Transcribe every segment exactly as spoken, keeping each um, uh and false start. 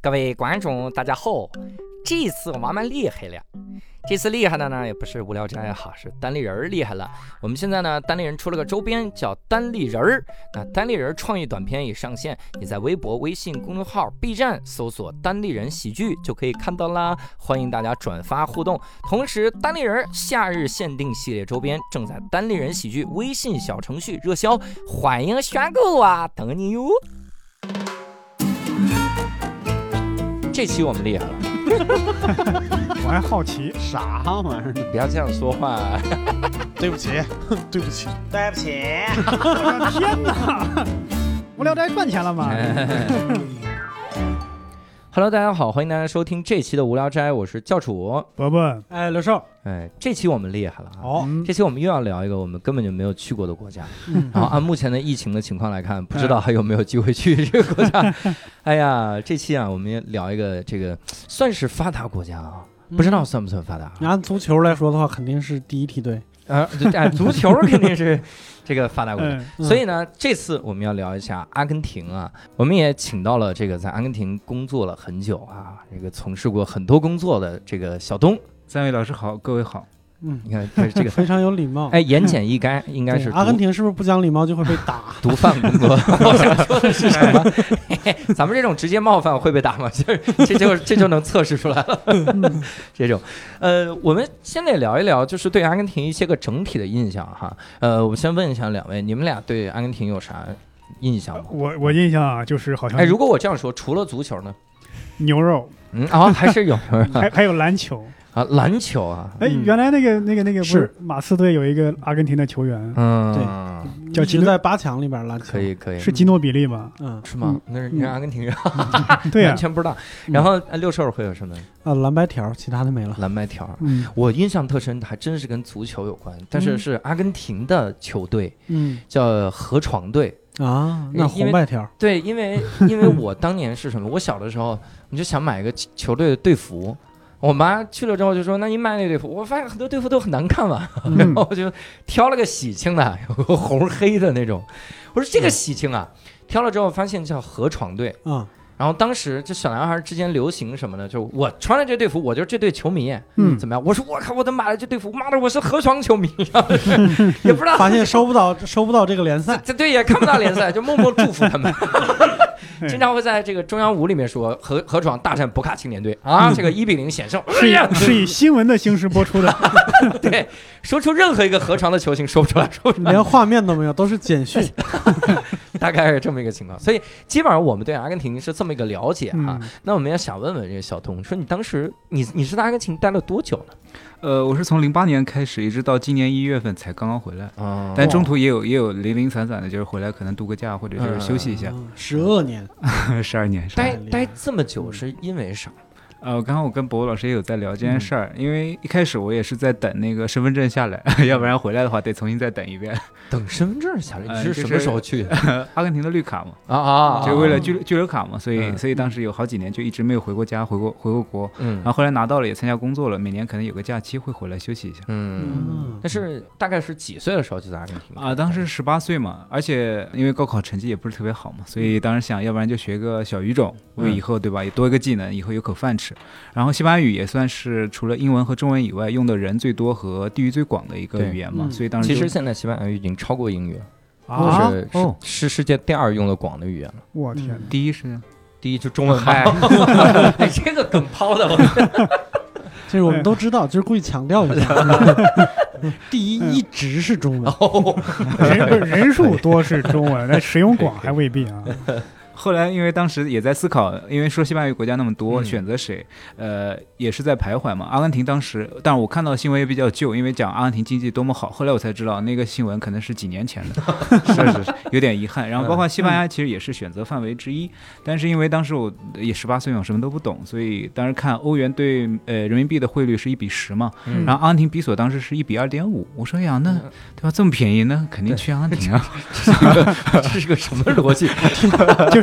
各位观众大家好，这一次我慢慢厉害了。这次厉害的呢也不是无聊斋哈，是单立人厉害了。我们现在呢单立人出了个周边叫单立人儿，那单立人创意短片已上线，你在微博、微信公众号、B 站搜索单立人喜剧就可以看到啦，欢迎大家转发互动。同时单立人夏日限定系列周边正在单立人喜剧微信小程序热销，欢迎选购啊，等你哟。这期我们厉害了。 我还好奇啥玩意儿？ 不要这样说话。 对不起，对不起， 对不起。 我的天哪！无聊斋赚钱了吗 ？Hello， 大家好，欢迎大家收听这期的无聊斋，我是教主伯伯， 哎，刘少， 哎，这期我们厉害了啊！ 哦， 这期我们又要聊一个我们根本就没有去过的国家，嗯、然后按目前的疫情的情况来看，不知道还有没有机会去这个国家。哎呀，这期啊，我们也聊一个这个算是发达国家啊，不知道算不算发达？ 你按足球来说的话，肯定是第一梯队。 啊，哎，足球肯定是这个发达国家， 嗯、 所以呢，这次我们要聊一下阿根廷啊。我们也请到了这个在阿根廷工作了很久啊，这个从事过很多工作的这个小东。 三位老师好，各位好。 嗯， 你看这个非常有礼貌。 哎，言简意赅，应该是阿根廷是不是不讲礼貌就会被打？ 毒贩工作，我想说的是什么？咱们这种直接冒犯会被打吗？就是这就这就能测试出来了。这种，呃，我们先得聊一聊，就是对阿根廷一些个整体的印象哈。呃，我先问一下两位，你们俩对阿根廷有啥印象吗？ 我我印象啊，就是好像哎，如果我这样说，除了足球呢？ 牛肉， 嗯啊、哦，还是有牛肉， 还还有篮球。 啊，篮球啊！ 哎，嗯、原来那个那个那个不是马刺队有一个阿根廷的球员， 嗯， 对，叫就在八强里边篮球， 可以可以， 是基诺比利吗？ 嗯， 是吗？那是你是阿根廷人， 对呀， 完全不知道。然后六兽会有什么？ 啊，蓝白条，其他的没了。 蓝白条， 嗯， 我印象特深，还真是跟足球有关，但是是阿根廷的球队， 嗯， 叫河床队。 啊，那红白条。 对，因为因为我当年是什么？我小的时候我就想买一个球队的队服。我妈去了之后就说：“那你买那队服？”我发现很多队服都很难看嘛，嗯、然后我就挑了个喜庆的，有个红黑的那种。我说这个喜庆啊，挑了之后发现叫河床队。 嗯， 然后当时这小男孩之间流行什么呢？就我穿了这队服，我就是这队球迷。嗯，怎么样？我说我靠，我都买了这队服，妈的，我是河床球迷，也不知道发现收不到收不到这个联赛， 这对也看不到联赛，就默默祝福他们。经常会在这个中央五里面说河河床大战博卡青年队啊，这个一比零险胜， 是以是以新闻的形式播出的。 对，说出任何一个河床的球星说不出来，说不出来， 连画面都没有，都是简讯。 大概是这么一个情况，所以基本上我们对阿根廷是这么一个了解哈、啊。嗯、那我们也想问问这个小东，说你当时你你是在阿根廷待了多久呢？ 呃，我是从零八年开始，一直到今年一月份才刚刚回来，哦、但中途也有也有零零散散的，就是回来可能度个假或者就是休息一下。 十二年， 十二年， 待待这么久是因为啥？ 呃，刚刚我跟博老师也有在聊这件事儿、嗯，因为一开始我也是在等那个身份证下来，要不然回来的话得重新再等一遍。 等身份证下来，你是什么时候去的？ 呃、阿根廷的绿卡嘛， 啊啊， 就为了居居留卡嘛，所以、嗯、所以当时有好几年就一直没有回过家，回过回过国。嗯，然后后来拿到了，也参加工作了，每年可能有个假期会回来休息一下。 嗯，但是大概是几岁的时候就在阿根廷啊？当时十八岁嘛，而且因为高考成绩也不是特别好嘛，所以当时想要不然就学个小语种，为以后对吧，也多一个技能，以后有口饭吃。然后西班牙语也算是除了英文和中文以外用的人最多和地域最广的一个语言嘛，嗯、所以当时其实现在西班牙语已经超过英语了， 啊， 是哦是世界第二用的广的语言了。 我天、嗯， 第一是第一就中文嗨，哎，这个梗抛的， 这是我们都知道，就是故意强调一下。第一一直是中文， 哦、 人人数多是中文，但使用广还未必啊。 后来因为当时也在思考，因为说西班牙语国家那么多，嗯、选择谁，呃，也是在徘徊嘛。阿根廷当时，但我看到新闻也比较旧，因为讲阿根廷经济多么好。后来我才知道，那个新闻可能是几年前的，是是是，有点遗憾。然后包括西班牙其实也是选择范围之一，但是因为当时我也十八岁嘛，什么都不懂，所以当时看欧元对呃人民币的汇率是一比十嘛，嗯、然后阿根廷比索当时是一比二点五。我说呀，那对吧，这么便宜，那肯定去阿根廷啊。 这是个这是个什么逻辑？ 就是。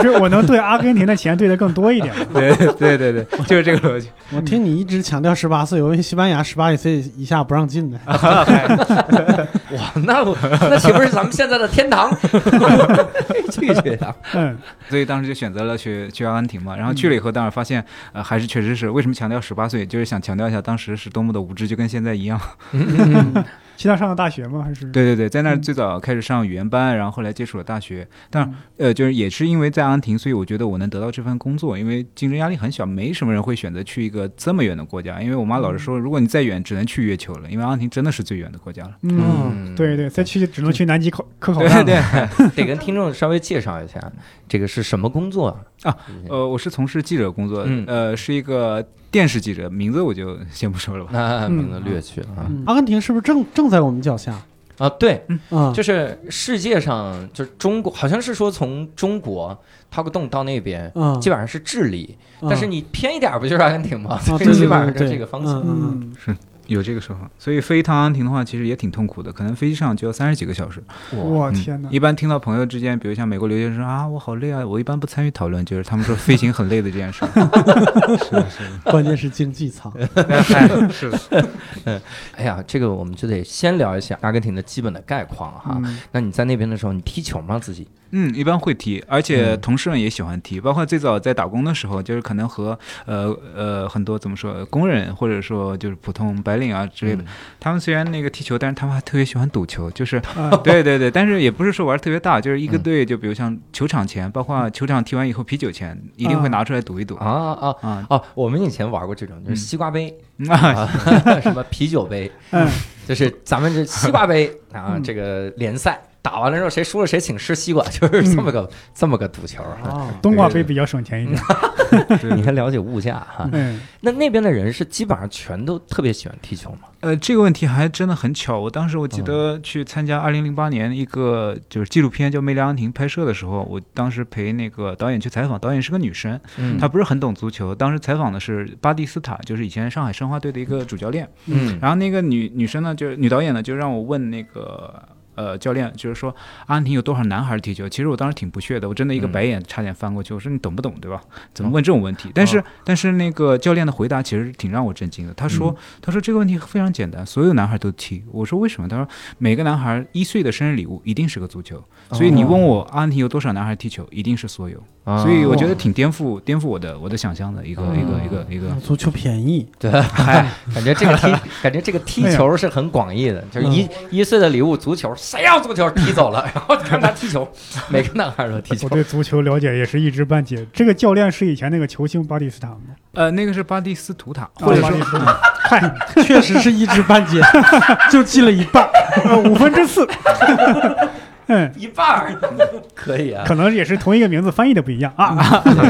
就是我能兑阿根廷的钱兑的更多一点。 对对对对，就是这个逻辑。 我听你一直强调十八岁，因为西班牙十八岁以下不让进的。 哇，那我那岂不是咱们现在的天堂？这个学堂， 嗯， 所以当时就选择了去去阿根廷嘛。然后去了以后，当然发现，呃，还是确实是为什么强调十八岁，就是想强调一下当时是多么的无知，就跟现在一样。 嗯去那上的大学吗？还是？ 对对对，在那儿最早开始上语言班，然后后来接触了大学。但呃，就是也是因为在阿根廷，所以我觉得我能得到这份工作，因为竞争压力很小，没什么人会选择去一个这么远的国家。因为我妈老是说，如果你再远，只能去月球了，因为阿根廷真的是最远的国家了。 嗯，对对，再去只能去南极科科考站。 对对， 得跟听众稍微介绍一下，这个是什么工作啊？呃，我是从事记者工作， 嗯、 呃，是一个电视记者，名字我就先不说了吧。 那名字略去了啊。 阿根廷是不是正正在我们脚下？ 啊，对， 嗯， 就是世界上，就是中国，好像是说从中国掏个洞到那边， 嗯， 基本上是智利， 嗯、 但是你偏一点不就是阿根廷吗？ 啊、 所以基本上是这个方向。 嗯， 是。有这个说法，所以飞一趟阿根廷的话，其实也挺痛苦的，可能飞机上就要三十几个小时。 哇天哪！ 一般听到朋友之间，比如像美国留学生啊，我好累啊，我一般不参与讨论，就是他们说飞行很累的这件事。是的，是的， 关键是经济舱。 是的， 嗯，哎呀，这个我们就得先聊一下阿根廷的基本的概况哈。嗯、那你在那边的时候，你踢球吗？自己？ 嗯，一般会踢，而且同事们也喜欢踢，包括最早在打工的时候，就是可能和呃呃很多怎么说工人或者说就是普通白领啊之类的，嗯、他们虽然那个踢球，但是他们还特别喜欢赌球，就是、啊、对对对，但是也不是说玩特别大，就是一个队，就比如像球场前，包括球场踢完以后啤酒前，一定会拿出来赌一赌啊啊啊哦，我们以前玩过这种，就是西瓜杯、 嗯、 啊，什么啤酒杯，嗯，就是咱们这西瓜杯啊，嗯、这个联赛。打完了之后，谁输了谁请吃西瓜，就是这么个、嗯、这么个赌球啊。 冬瓜杯比较省钱一点， 你还了解物价哈？嗯，那那边的人是基本上全都特别喜欢踢球吗？ 呃，这个问题还真的很巧。我当时我记得去参加二零零八年一个就是纪录片叫《魅力阿根廷》拍摄的时候，我当时陪那个导演去采访，导演是个女生，嗯、她不是很懂足球。当时采访的是巴蒂斯塔，就是以前上海申花队的一个主教练。嗯，然后那个女女生呢，就是女导演呢，就让我问那个。呃，教练就是说阿根廷有多少男孩踢球？其实我当时挺不屑的，我真的一个白眼差点翻过去。我说你懂不懂，对吧？怎么问这种问题？但是、哦、但是那个教练的回答其实挺让我震惊的。他说、嗯、他说这个问题非常简单，所有男孩都踢。我说为什么？他说每个男孩一岁的生日礼物一定是个足球，所以你问我阿根廷有多少男孩踢球，一定是所有。哦、所以我觉得挺颠覆颠覆我的我的想象的一个、哦、一个一个一个。 足球便宜， 对，哎，感觉这个踢感觉这个踢球是很广义的，就是一、嗯、一岁的礼物足球。谁要足球踢走了，然后看他踢球，每个男孩都踢球。 我对足球了解也是一知半解。这个教练是以前那个球星巴蒂斯塔吗？ 呃，那个是巴蒂斯图塔，或者说， 嗨，确实是一知半解，就记了一半， 呃，五分之四。嗯， 一半可以啊， 可能也是同一个名字，翻译的不一样啊。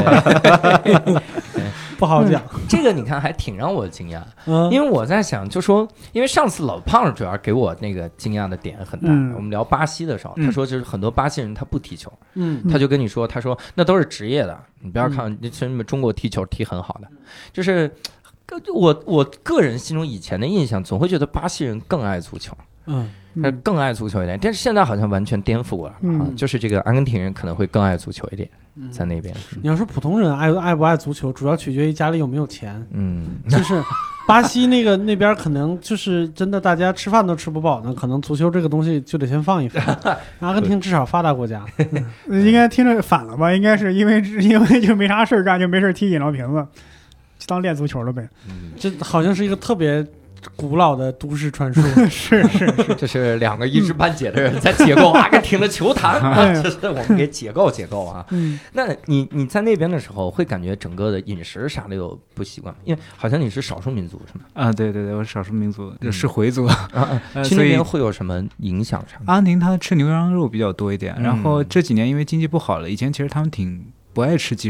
不好讲、 嗯，这个你看还挺让我惊讶，嗯、因为我在想，就说，因为上次老胖主要给我那个惊讶的点很大。嗯、我们聊巴西的时候，他说就是很多巴西人他不踢球，嗯，他就跟你说，他说那都是职业的，你不要看，其实你们中国踢球踢很好的，就是我我个人心中以前的印象，总会觉得巴西人更爱足球，嗯。他更爱足球一点，但是现在好像完全颠覆了、嗯、啊！就是这个阿根廷人可能会更爱足球一点，嗯、在那边。 你要说普通人爱爱不爱足球，主要取决于家里有没有钱。嗯，就是巴西那个那边可能就是真的，大家吃饭都吃不饱呢，可能足球这个东西就得先放一放。阿根廷至少发达国家， 嗯、应该听着反了吧？应该是因为因为就没啥事干，就没事踢饮料瓶子，就当练足球了呗。 嗯，这好像是一个特别。古老的都市传说是是是， 这是两个一知半解的人在解构阿根廷的球坛啊，这是我们给解构解构啊。嗯，那你你在那边的时候，会感觉整个的饮食啥的有不习惯吗？因为好像你是少数民族是吗？ 啊，对对对，我是少数民族，嗯、是回族。 啊啊、去那边会有什么影响啥？ 阿根廷他吃牛羊肉比较多一点，然后这几年因为经济不好了，以前其实他们挺不爱吃鸡肉的。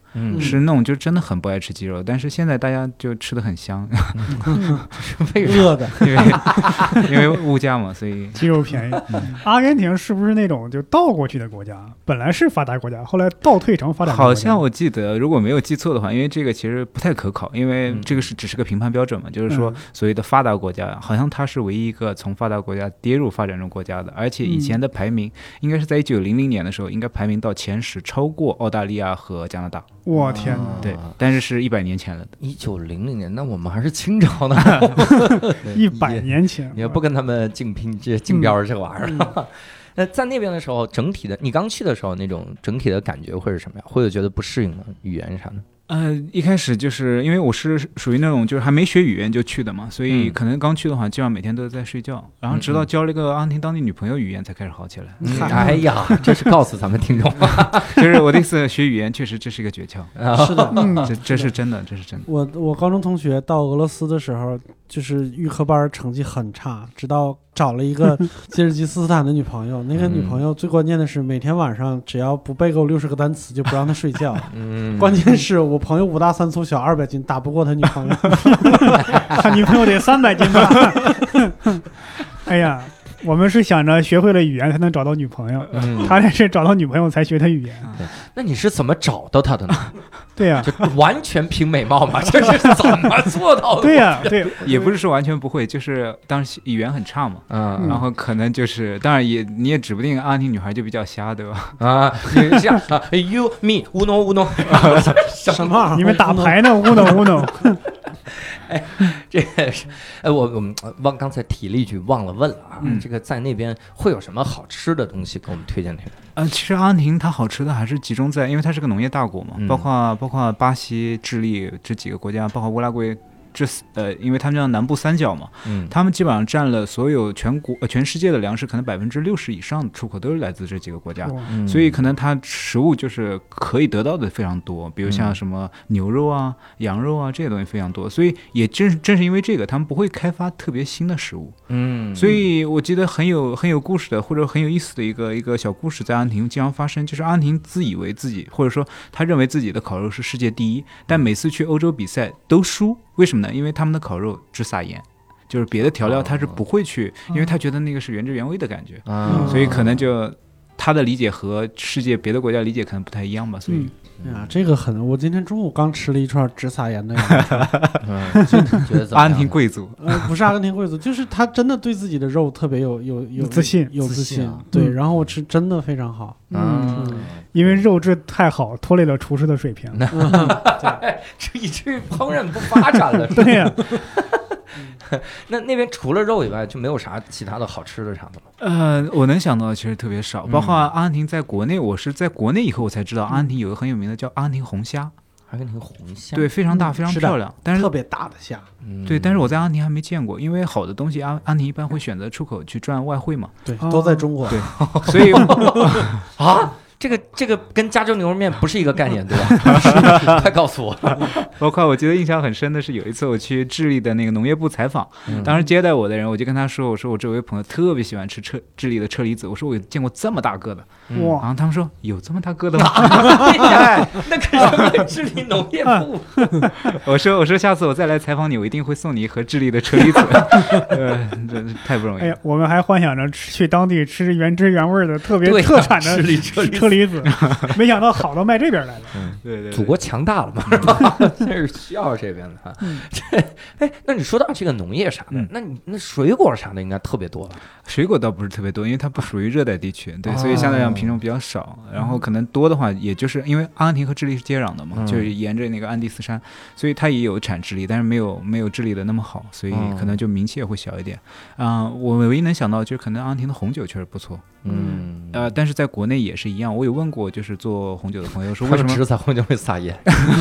嗯， 是那种就真的很不爱吃鸡肉，但是现在大家就吃的很香， 为啥？ 饿的， 因为因为物价嘛，所以鸡肉便宜。阿根廷是不是那种就倒过去的国家？本来是发达国家，后来倒退成发展国家。 好像我记得，如果没有记错的话，因为这个其实不太可考，因为这个是只是个评判标准嘛，就是说所谓的发达国家，好像它是唯一一个从发达国家跌入发展中国家的，而且以前的排名应该是在一九零零年的时候，应该排名到前十，超过澳大利亚和加拿大。 我天哪！ 对，但是是一百年前了的。 一九零零年，那我们还是清朝呢， 一百年前， 也不跟他们竞拼这竞标这玩意儿。嗯那在那边的时候，整体的，你刚去的时候，那种整体的感觉会是什么样？会有觉得不适应吗？语言啥的？ 呃，一开始就是因为我是属于那种就是还没学语言就去的嘛，所以可能刚去的话，基本上每天都在睡觉，然后直到交了一个阿根廷当地女朋友，语言才开始好起来。 嗯、哎呀，这是告诉咱们听众吗？ 就是我这次学语言，确实这是一个诀窍。 是的， 嗯， 这这是真的，这是真的。 我我高中同学到俄罗斯的时候，就是预科班成绩很差，直到找了一个吉尔吉斯斯坦的女朋友。那个女朋友最关键的是，每天晚上只要不背够六十个单词，就不让她睡觉。嗯，关键是我朋友五大三粗小二百斤，打不过他女朋友。 他女朋友得三百斤吧？哎呀，我们是想着学会了语言才能找到女朋友，嗯、他这是找到女朋友才学他语言。 那你是怎么找到他的呢？ 对呀、 啊，就完全凭美貌嘛，这是怎么做到的？ 对呀、啊，对， 也不是说完全不会，就是当时语言很差嘛，嗯，然后可能就是，当然也你也指不定阿根廷女孩就比较瞎，对吧？ 啊，你这样啊 ，you me 乌诺乌诺， 什么？ 你们打牌呢？乌诺乌诺。 哎，这个是，哎，我我们忘刚才提了一句，忘了问了啊。嗯、这个在那边会有什么好吃的东西给我们推荐推荐？ 呃，其实阿根廷它好吃的还是集中在，因为它是个农业大国嘛，嗯、包括包括巴西、智利这几个国家，包括乌拉圭。这呃，因为他们叫南部三角嘛，嗯，他们基本上占了所有全国、呃、全世界的粮食，可能百分之六十以上的出口都是来自这几个国家，嗯、所以可能它食物就是可以得到的非常多，比如像什么牛肉啊、嗯、羊肉啊这些东西非常多，所以也正正是因为这个，他们不会开发特别新的食物，嗯，所以我记得很有很有故事的或者很有意思的一个一个小故事在阿根廷经常发生，就是阿根廷自以为自己或者说他认为自己的烤肉是世界第一，但每次去欧洲比赛都输。为什么呢？因为他们的烤肉只撒盐，就是别的调料他是不会去，因为他觉得那个是原汁原味的感觉，所以可能就他的理解和世界别的国家理解可能不太一样吧。所以， 嗯、呀，这个很，我今天中午刚吃了一串只撒盐的， 嗯，觉得阿根廷贵族， 呃，不是阿根廷贵族，就是他真的对自己的肉特别有有有自信， 有自信，对，嗯、然后我吃真的非常好， 嗯。嗯因为肉质太好，拖累了厨师的水平， 这以至于烹饪不发展了。 对呀、 啊，那那边除了肉以外，就没有啥其他的好吃的啥的吗？ 呃，我能想到的其实特别少，包括阿根廷在国内，我是在国内以后我才知道，阿根廷有个很有名的叫阿根廷红虾。 阿根廷红虾， 对，非常大，非常漂亮，但是特别大的虾， 对，但是我在阿根廷还没见过，因为好的东西阿阿根廷一般会选择出口去赚外汇嘛， 对，都在中国， 对，所以啊。这个这个跟加州牛肉面不是一个概念，对吧？快告诉我！ 包括我记得印象很深的是，有一次我去智利的那个农业部采访，嗯、当时接待我的人，我就跟他说：“我说我这位朋友特别喜欢吃车智利的车厘子，我说我有见过这么大个的。”哇！然后他们说：“有这么大个的吗？” 那可是智利农业部。 我说：“我说下次我再来采访你，我一定会送你一盒智利的车厘子。”呃，这太不容易了。 哎呀，我们还幻想着去当地吃原汁原味的特别特产的智利车厘子。 车厘子，没想到好到卖这边来了。 嗯，对 对, 对， 祖国强大了嘛，是吧？这是需要这边的哈。嗯、这，哎，那你说到这个农业啥的，嗯、那你那水果啥的应该特别多吧？ 水果倒不是特别多，因为它不属于热带地区，对，哦、所以相对来讲品种比较少。然后可能多的话，也就是因为阿根廷和智利是接壤的嘛，嗯、就是沿着那个安第斯山，所以它也有产智利，但是没有没有智利的那么好，所以可能就名气也会小一点。啊、呃，我唯一能想到就是可能阿根廷的红酒确实不错，嗯，呃，但是在国内也是一样。我有问过，就是做红酒的朋友说，为什么只在红酒里撒盐？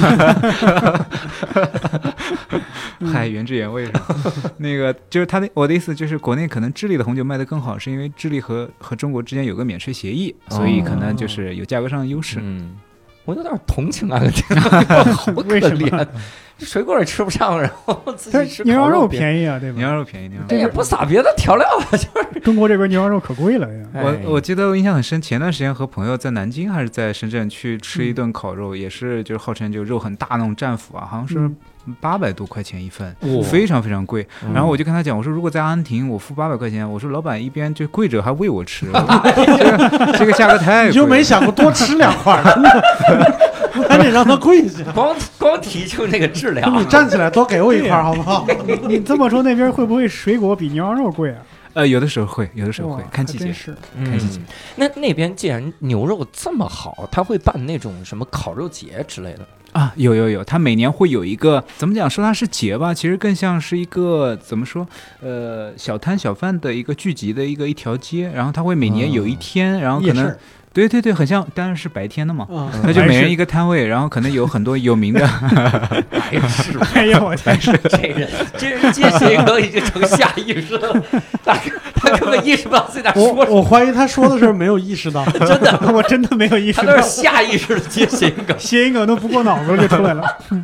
嗨，原汁原味是吧？那个就是他的，我的意思就是，国内可能智利的红酒卖得更好，是因为智利和和中国之间有个免税协议，所以可能就是有价格上的优势。 嗯，我有点同情阿根廷，好可怜。 水果也吃不上，然后自己吃牛羊肉便便宜啊，对吧？ 牛羊肉便宜，牛羊肉这也不撒别的调料啊，就是中国这边牛羊肉可贵了呀。 我我记得我印象很深，前段时间和朋友在南京还是在深圳去吃一顿烤肉，嗯、也是就是号称就肉很大那种战斧啊，好像是八百多块钱一份， 嗯、 非常非常贵。嗯、然后我就跟他讲，我说如果在阿根廷我付八百块钱，我说老板一边就跪着还喂我吃，这个这个价格太贵了， 你就没想过多吃两块？还得让他跪下， 光光提出那个质量。 你站起来多给我一块好不好？ 你你这么说，那边会不会水果比牛羊肉贵啊？ 呃，有的时候会，有的时候会，看季节。 是， 看季节。 那那边既然牛肉这么好，他会办那种什么烤肉节之类的啊？有有有，他每年会有一个怎么讲？说它是节吧，其实更像是一个怎么说？呃，小摊小贩的一个聚集的一个一条街，然后他会每年有一天，嗯、然后可能。对对对，很像，当然是白天的嘛，嗯、那就每人一个摊位，然后可能有很多有名的。 白事， 哎呦我天， 这人这人接谁哥已经成下意识了，他他根本意识不到自己在说什么。 我我怀疑他说的时候没有意识到， 真的， 我真的没有意识到， 他都是下意识的接谐音梗， 谐音梗都不过脑子就出来了。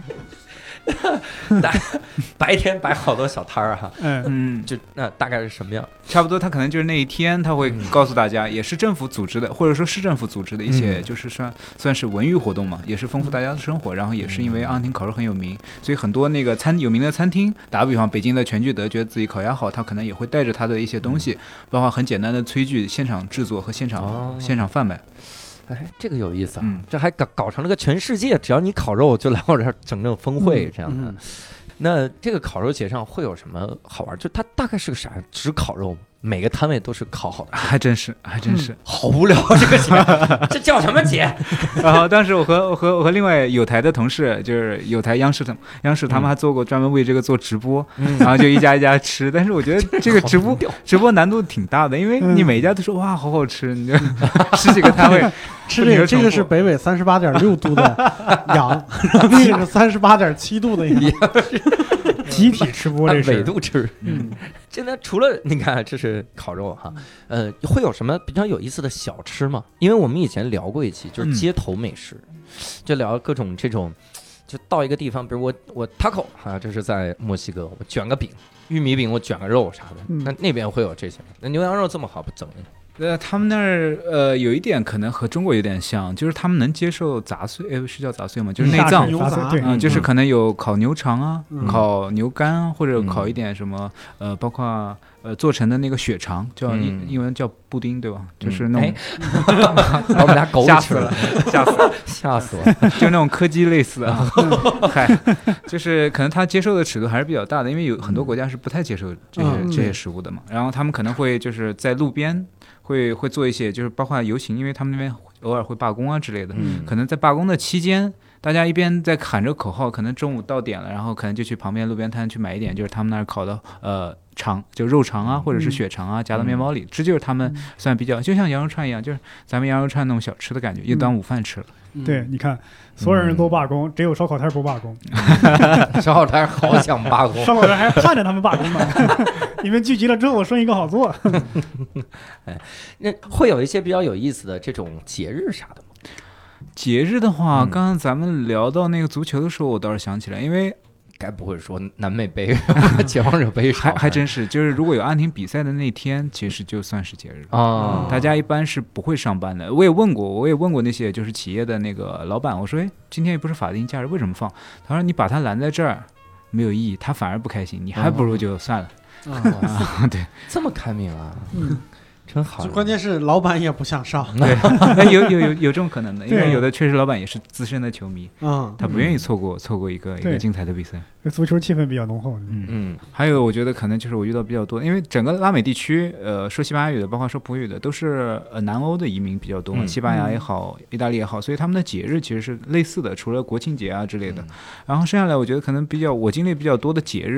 白天摆好多小摊儿哈， 嗯， 就那大概是什么样？ 差不多，他可能就是那一天，他会告诉大家，也是政府组织的，或者说市政府组织的一些，就是算算是文娱活动嘛，也是丰富大家的生活。然后也是因为阿根廷烤肉很有名，所以很多那个餐有名的餐厅，打个比方，北京的全聚德觉得自己烤鸭好，他可能也会带着他的一些东西，包括很简单的炊具，现场制作和现场、哦、现场贩卖。 哎，这个有意思啊！ 嗯、 这还搞搞成了个全世界，只要你烤肉就来我这儿整整峰会这样的。嗯嗯、那这个烤肉节上会有什么好玩？就它大概是个啥？只烤肉吗？每个摊位都是烤好的？ 还真是，还真是，嗯、 好无聊这个节，这叫什么节？ 然后当时我和我和我和另外有台的同事，就是有台央视的央视，他们还做过专门为这个做直播，嗯、然后就一家一家吃。但是我觉得这个直播直播难度挺大的，因为你每一家都说哇好好吃，你就十几个摊位。 吃这个，这个是北纬三十八点六度的羊，那个是三十八点七度的羊， 集体吃播这是纬度吃。嗯，现在除了你看这是烤肉哈，呃，会有什么比较有意思的小吃吗？因为我们以前聊过一期，就是街头美食，嗯、就聊各种这种，就到一个地方，比如我我 taco 啊，这是在墨西哥，我卷个饼，玉米饼我卷个肉啥的，嗯、那那边会有这些，那牛羊肉这么好不整？ 呃，他们那儿呃有一点可能和中国有点像，就是他们能接受杂碎，哎，是叫杂碎吗？就是内脏， 嗯、 呃，就是可能有烤牛肠啊，嗯、烤牛肝啊，或者烤一点什么，嗯、呃，包括呃做成的那个血肠，叫英、嗯、英文叫布丁，对吧？就是那种， 把我们家狗吓死了，吓死了， 吓死我了， 就那种柯基类似的，嗨，就是可能他接受的尺度还是比较大的，因为有很多国家是不太接受这些、嗯、这些食物的嘛，然后他们可能会就是在路边。会会做一些，就是包括游行，因为他们那边偶尔会罢工啊之类的。嗯、可能在罢工的期间，大家一边在喊着口号，可能中午到点了，然后可能就去旁边路边摊去买一点，就是他们那儿烤的呃肠，就肉肠啊，或者是血肠啊，夹到面包里，嗯、这就是他们算比较，就像羊肉串一样，就是咱们羊肉串那种小吃的感觉，又当午饭吃了。 嗯、对，你看，所有人都罢工，嗯、只有烧烤摊不罢工。 烧烤摊好想罢工， 烧烤摊还盼着他们罢工呢。你们聚集了之后，我生意更好做。 哎，那会有一些比较有意思的这种节日啥的吗？ 节日的话，嗯、刚刚咱们聊到那个足球的时候，我倒是想起来，因为。 该不会说南美杯、解放者杯还还真是，就是如果有阿根廷比赛的那天，其实就算是节日啊、哦。大家一般是不会上班的。我也问过，我也问过那些就是企业的那个老板，我说，哎，今天也不是法定假日，为什么放？他说你把他拦在这儿没有意义，他反而不开心，你还不如就算了。 哦啊、对，这么开明啊。嗯。真好， 关键是老板也不想上， 对，有有有有这种可能的，因为有的确实老板也是资深的球迷，嗯，他不愿意错过错过一个一个精彩的比赛， 足球气氛比较浓厚， 嗯嗯。还有我觉得可能就是我遇到比较多，因为整个拉美地区，呃，说西班牙语的，包括说葡语的，都是呃南欧的移民比较多嘛，西班牙也好，意大利也好，所以他们的节日其实是类似的，除了国庆节啊之类的。然后剩下来，我觉得可能比较我经历比较多的节日啊。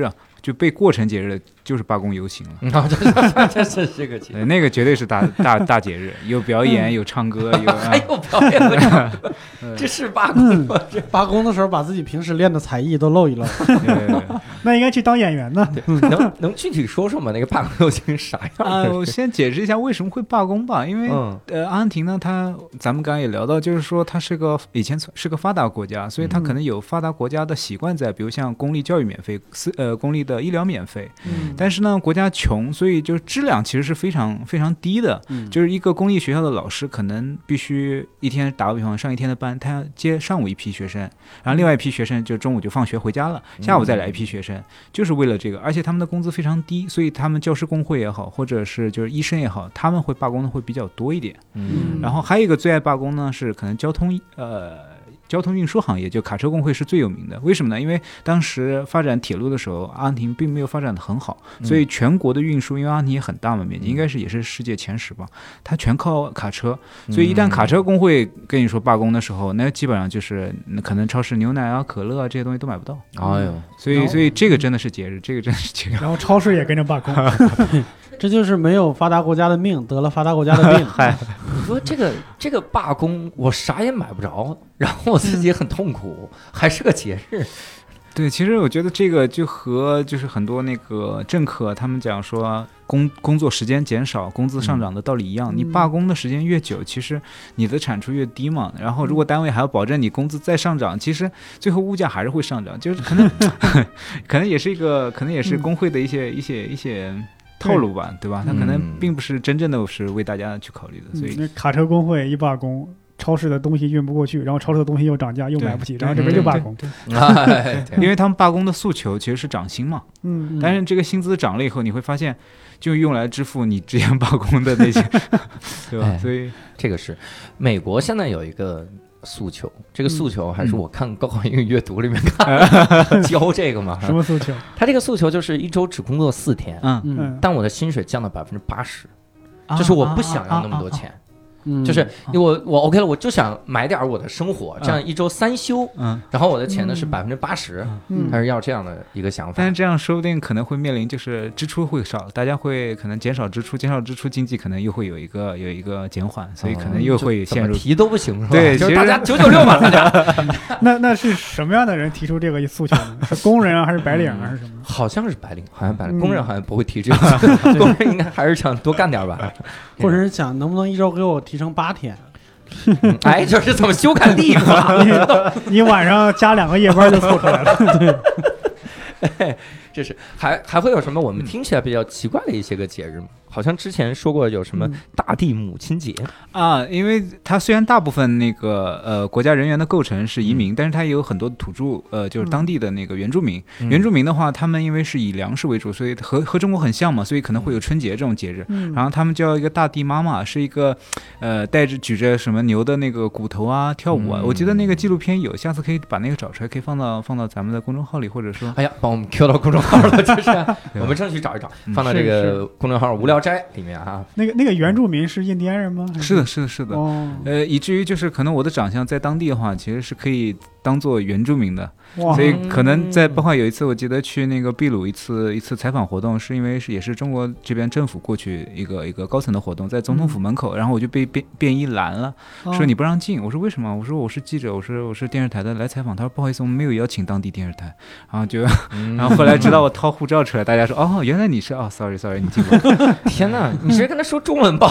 就被过成节日的就是罢工游行了。 啊，这这是这个节日， 那个绝对是大大大节日，有表演，有唱歌，有还有表演和唱歌，这是罢工吗？这罢工的时候把自己平时练的才艺都露一露。 那应该去当演员呢。 能能具体说说吗？那个罢工游行啥样啊？我先解释一下为什么会罢工吧，因为、 嗯、 呃，阿根廷呢，它咱们刚刚也聊到，就是说它是个以前是个发达国家，所以它可能有发达国家的习惯在，比如像公立教育免费，私呃公立的医疗免费。嗯、但是呢，国家穷，所以就质量其实是非常非常低的。嗯、就是一个公立学校的老师可能必须一天打个比方上一天的班，他要接上午一批学生，然后另外一批学生就中午就放学回家了，下午再来一批学生，就是为了这个，而且他们的工资非常低，所以他们教师工会也好，或者是就是医生也好，他们会罢工的会比较多一点。嗯，然后还有一个最爱罢工呢，是可能交通呃。交通运输行业就卡车工会是最有名的，为什么呢？因为当时发展铁路的时候，阿根廷并没有发展的很好，所以全国的运输，因为阿根廷也很大嘛，面积应该是也是世界前十吧，它全靠卡车，所以一旦卡车工会跟你说罢工的时候，那基本上就是可能超市牛奶啊、可乐啊这些东西都买不到。 哎呦， 所以所以这个真的是节日，这个真的是节日。 然后超市也跟着罢工。 这就是没有发达国家的命，得了发达国家的病。 嗨，你说这个这个罢工，我啥也买不着，然后我自己很痛苦，还是个节日。 对，其实我觉得这个就和就是很多那个政客他们讲说工工作时间减少，工资上涨的道理一样。嗯、你罢工的时间越久，其实你的产出越低嘛。然后如果单位还要保证你工资再上涨，其实最后物价还是会上涨，就是可能可能也是一个可能也是工会的一些、嗯、一些一些。套路吧，对吧？他可能并不是真正的是为大家去考虑的，所以、 嗯、卡车工会一罢工，超市的东西运不过去，然后超市的东西又涨价，又买不起，然后这边又罢工。 因为他们罢工的诉求其实是涨薪嘛，嗯，但是这个薪资涨了以后，你会发现就用来支付你之前罢工的那些，对吧？哎、所以这个是美国现在有一个诉求，这个诉求还是我看高考英语阅读里面看、嗯、教这个嘛。 什么诉求？ 他这个诉求就是一周只工作四天，嗯嗯，但我的薪水降到百分之八十，就是我不想要那么多钱。啊啊啊啊嗯、就是我我 OK 了，我就想买点我的生活，这样一周三休，嗯，然后我的钱呢是百分之八十，嗯，还是要这样的一个想法。 但是这样说不定可能会面临就是支出会少，大家会可能减少支出，减少支出，经济可能又会有一个有一个减缓，所以可能又会陷入、 嗯、提都不行是吧？ 对， 就是大家九九六嘛，大家。 那那是什么样的人提出这个诉求呢？是工人啊，还是白领啊，还是什么？ 好像是白领，好像白领，工人好像不会提这个，工人应该还是想多干点吧， 或者是想能不能一周给我提成八天。 嗯、哎，这是怎么修改立法？ 你, 你晚上加两个夜班就凑出来了。对， 哎，这是还还会有什么我们听起来比较奇怪的一些个节日吗？好像之前说过有什么大地母亲节、 嗯、啊，因为它虽然大部分那个呃国家人员的构成是移民，嗯、但是它也有很多土著，呃，就是当地的那个原住民。嗯、原住民的话，他们因为是以粮食为主，所以和和中国很像嘛，所以可能会有春节这种节日。嗯、然后他们叫一个大地妈妈，是一个呃带着举着什么牛的那个骨头啊跳舞啊。嗯、我记得那个纪录片有，下次可以把那个找出来，可以放到放到咱们的公众号里，或者说， 哎呀，帮我们 Q 到公众号了，就是我们争取找一找，放到这个公众号无聊斋里面啊。 那个那个原住民是印第安人吗？ 是的，是的，是的。哦、呃，以至于就是可能我的长相在当地的话，其实是可以当做原住民的。所以可能在包括有一次，我记得去那个秘鲁一次一次采访活动，是因为是也是中国这边政府过去一个一个高层的活动，在总统府门口，嗯、然后我就被便便衣拦了，说你不让进。我说为什么？我说我是记者，我说我是电视台的来采访。他说不好意思，我们没有邀请当地电视台。然后就，嗯、然后后来直到我掏护照出来，大家说哦，原来你是哦 ，sorry sorry， 你进过。 天哪，你直接跟他说中文吧。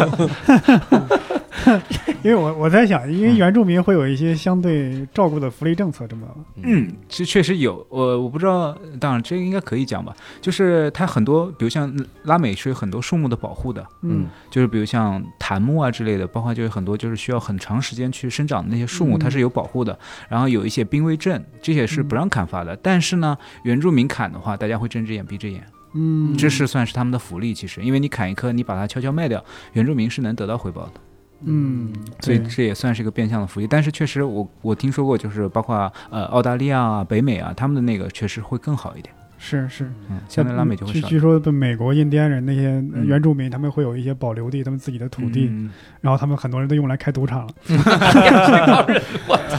因为我我在想，因为原住民会有一些相对照顾的福利政策，这么嗯，这确实有，我我不知道，当然这个应该可以讲吧，就是它很多，比如像拉美是有很多树木的保护的，嗯，就是比如像檀木啊之类的，包括就是很多就是需要很长时间去生长的那些树木，它是有保护的，然后有一些濒危症，这些是不让砍伐的，但是呢，原住民砍的话，大家会睁只眼闭只眼。嗯，这是算是他们的福利，其实，因为你砍一棵，你把它悄悄卖掉，原住民是能得到回报的。嗯，所以这也算是一个变相的福利，但是确实我我听说过，就是包括呃澳大利亚啊、北美啊，他们的那个确实会更好一点。 是是， 嗯，相对拉美就会少。 据说美国印第安人那些原住民，嗯、他们会有一些保留地，他们自己的土地，嗯、然后他们很多人都用来开赌场了。 我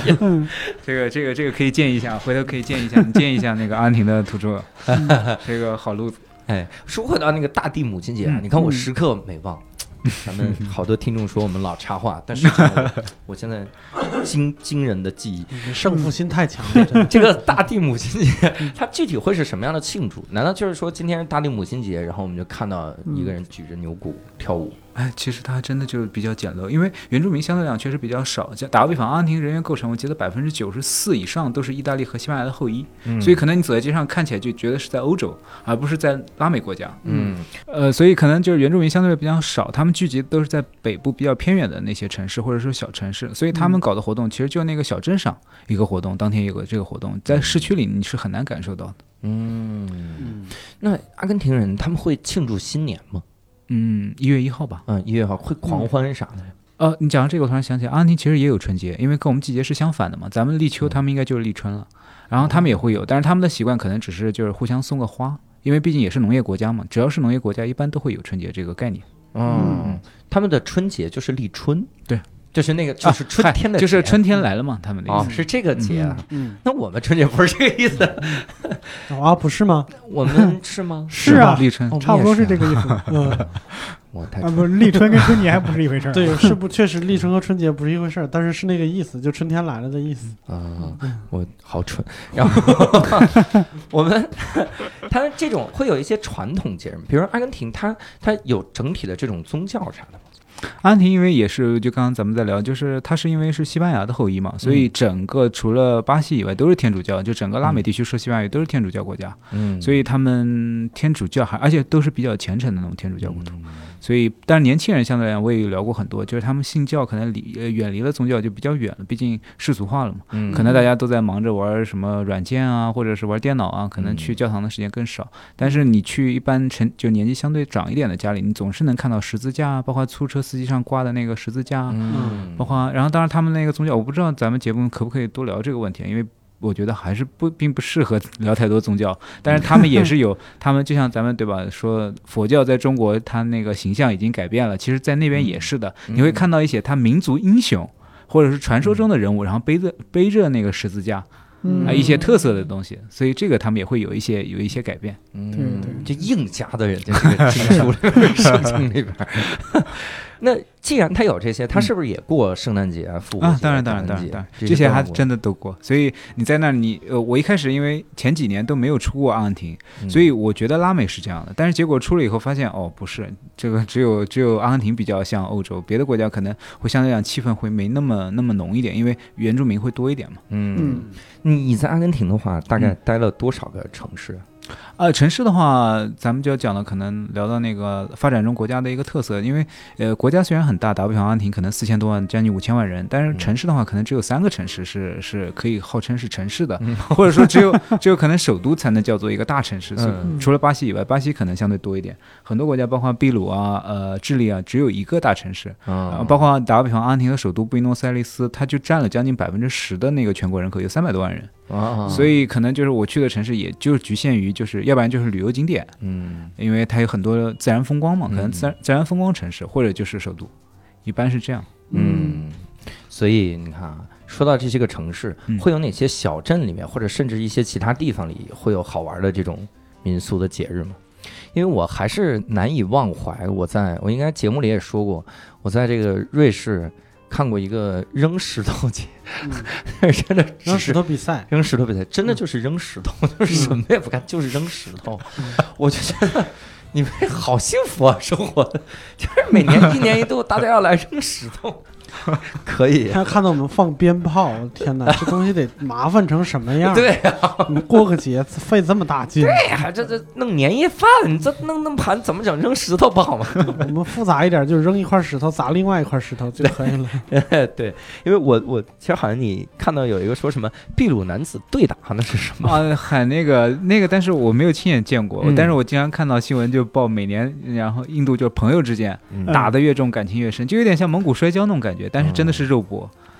嗯， 这个这个这个可以建议一下，回头可以建议一下，你建议一下那个阿根廷的土著，这个好路子。 哎，说回到那个大地母亲节啊，你看我时刻没忘。咱们好多听众说我们老插话，但是我, 我现在惊惊人的记忆， 胜负心太强了。真的这个大地母亲节，它具体会是什么样的庆祝？难道就是说今天是大地母亲节，然后我们就看到一个人举着牛鼓跳舞？ 哎，其实它真的就比较简陋，因为原住民相对来讲确实比较少。打个比方，阿根廷人员构成，我记得百分之九十四以上都是意大利和西班牙的后裔，嗯、所以可能你走在街上看起来就觉得是在欧洲，而不是在拉美国家。嗯，呃，所以可能就是原住民相对比较少，他们聚集都是在北部比较偏远的那些城市或者说小城市，所以他们搞的活动其实就那个小镇上一个活动，当天有个这个活动，在市区里你是很难感受到的。 嗯，那阿根廷人他们会庆祝新年吗？ 嗯，一月一号吧。 嗯，一月一号会狂欢啥的。 呃，你讲到这个，我突然想起来，阿根廷其实也有春节，因为跟我们季节是相反的嘛。咱们立秋，他们应该就是立春了，然后他们也会有，但是他们的习惯可能只是就是互相送个花，因为毕竟也是农业国家嘛。只要是农业国家，一般都会有春节这个概念。 嗯，他们的春节就是立春， 对。 就是那个，就是春天的节、 啊，就是春天来了嘛，他们的意思、 哦、是这个节啊。 嗯，嗯那我们春节不是这个意思啊？不是吗？ 我们是吗？ 是啊， 立春、 哦、差不多是这个意思。嗯， 我太啊不，立春跟春节还不是一回事儿。 对，是不确实立春和春节不是一回事儿，但是是那个意思，就春天来了的意思。 啊、嗯，我好蠢。然后我们它这种会有一些传统节日，比如阿根廷它，它它有整体的这种宗教啥的吗？ 阿根廷因为也是，就刚刚咱们在聊，就是它是因为是西班牙的后裔嘛，所以整个除了巴西以外都是天主教，就整个拉美地区说西班牙语都是天主教国家，嗯，所以他们天主教还而且都是比较虔诚的那种天主教国度。嗯，所以但是年轻人相对来讲我也有聊过很多，就是他们信教可能离呃远离了宗教就比较远了，毕竟世俗化了嘛，嗯，可能大家都在忙着玩什么软件啊，或者是玩电脑啊，可能去教堂的时间更少。但是你去一般成就年纪相对长一点的家里，你总是能看到十字架，包括出租车司机上挂的那个十字架，嗯，包括然后当然他们那个宗教，我不知道咱们节目可不可以多聊这个问题，因为我觉得还是不并不适合聊太多宗教，但是他们也是有他们就像咱们对吧，说佛教在中国它那个形象已经改变了，其实在那边也是的，你会看到一些他民族英雄或者是传说中的人物，然后背着背着那个十字架。嗯、啊，一些特色的东西，所以这个他们也会有一些有一些改变。 嗯，对对，这硬加的人家这个经书里边、圣经里边。那既然他有这些，他是不是也过圣诞节、复活节、 啊？当然，当然，当然，当然，这些还真的都过。所以你在那儿，你呃，我一开始因为前几年都没有出过阿根廷，嗯、所以我觉得拉美是这样的。但是结果出了以后发现，哦，不是，这个只有只有阿根廷比较像欧洲，别的国家可能会相对来讲气氛会没那么那么浓一点，因为原住民会多一点嘛。 嗯，你在阿根廷的话，大概待了多少个城市？ 呃，城市的话，咱们就要讲了，可能聊到那个发展中国家的一个特色，因为呃，国家虽然很大，打比方阿根廷可能四千多万，将近五千万人，但是城市的话，可能只有三个城市是是可以号称是城市的，嗯、或者说只有只有可能首都才能叫做一个大城市。嗯、除了巴西以外，巴西可能相对多一点，很多国家包括秘鲁啊、呃智利啊，只有一个大城市。嗯、包括打个比方，阿根廷的首都布宜诺斯艾利斯，它就占了将近百分之十的那个全国人口，有三百多万人。啊、所以可能就是我去的城市，也就局限于就是要不然就是旅游景点，嗯，因为它有很多自然风光嘛，可能自然、嗯、自然风光城市，或者就是首都，一般是这样。 嗯，所以你看啊，说到这些个城市，嗯、会有哪些小镇里面，或者甚至一些其他地方里会有好玩的这种民俗的节日吗？因为我还是难以忘怀，我在我应该节目里也说过，我在这个瑞士看过一个扔石头节，嗯、真的扔石头比赛， 扔石头比赛真的就是扔石头，嗯、就是什么也不干，就是扔石头。嗯、我就觉得你们好幸福啊，生活就是每年一年一度大家要来扔石头。可以， 他看到我们放鞭炮，天哪，这东西得麻烦成什么样？ 对呀、啊， 你过个节费这么大劲。 对呀、啊，这这弄年夜饭，你这弄弄盘怎么整？扔石头不好吗？ 我们复杂一点，就是扔一块石头砸另外一块石头就可以了。 对，因为我我其实好像你看到有一个说什么秘鲁男子对打，那是什么啊？喊那个那个，但是我没有亲眼见过，嗯、但是我经常看到新闻就报每年，然后印度就朋友之间、嗯、打得越重感情越深，就有点像蒙古摔跤那种感觉。但是真的是肉搏，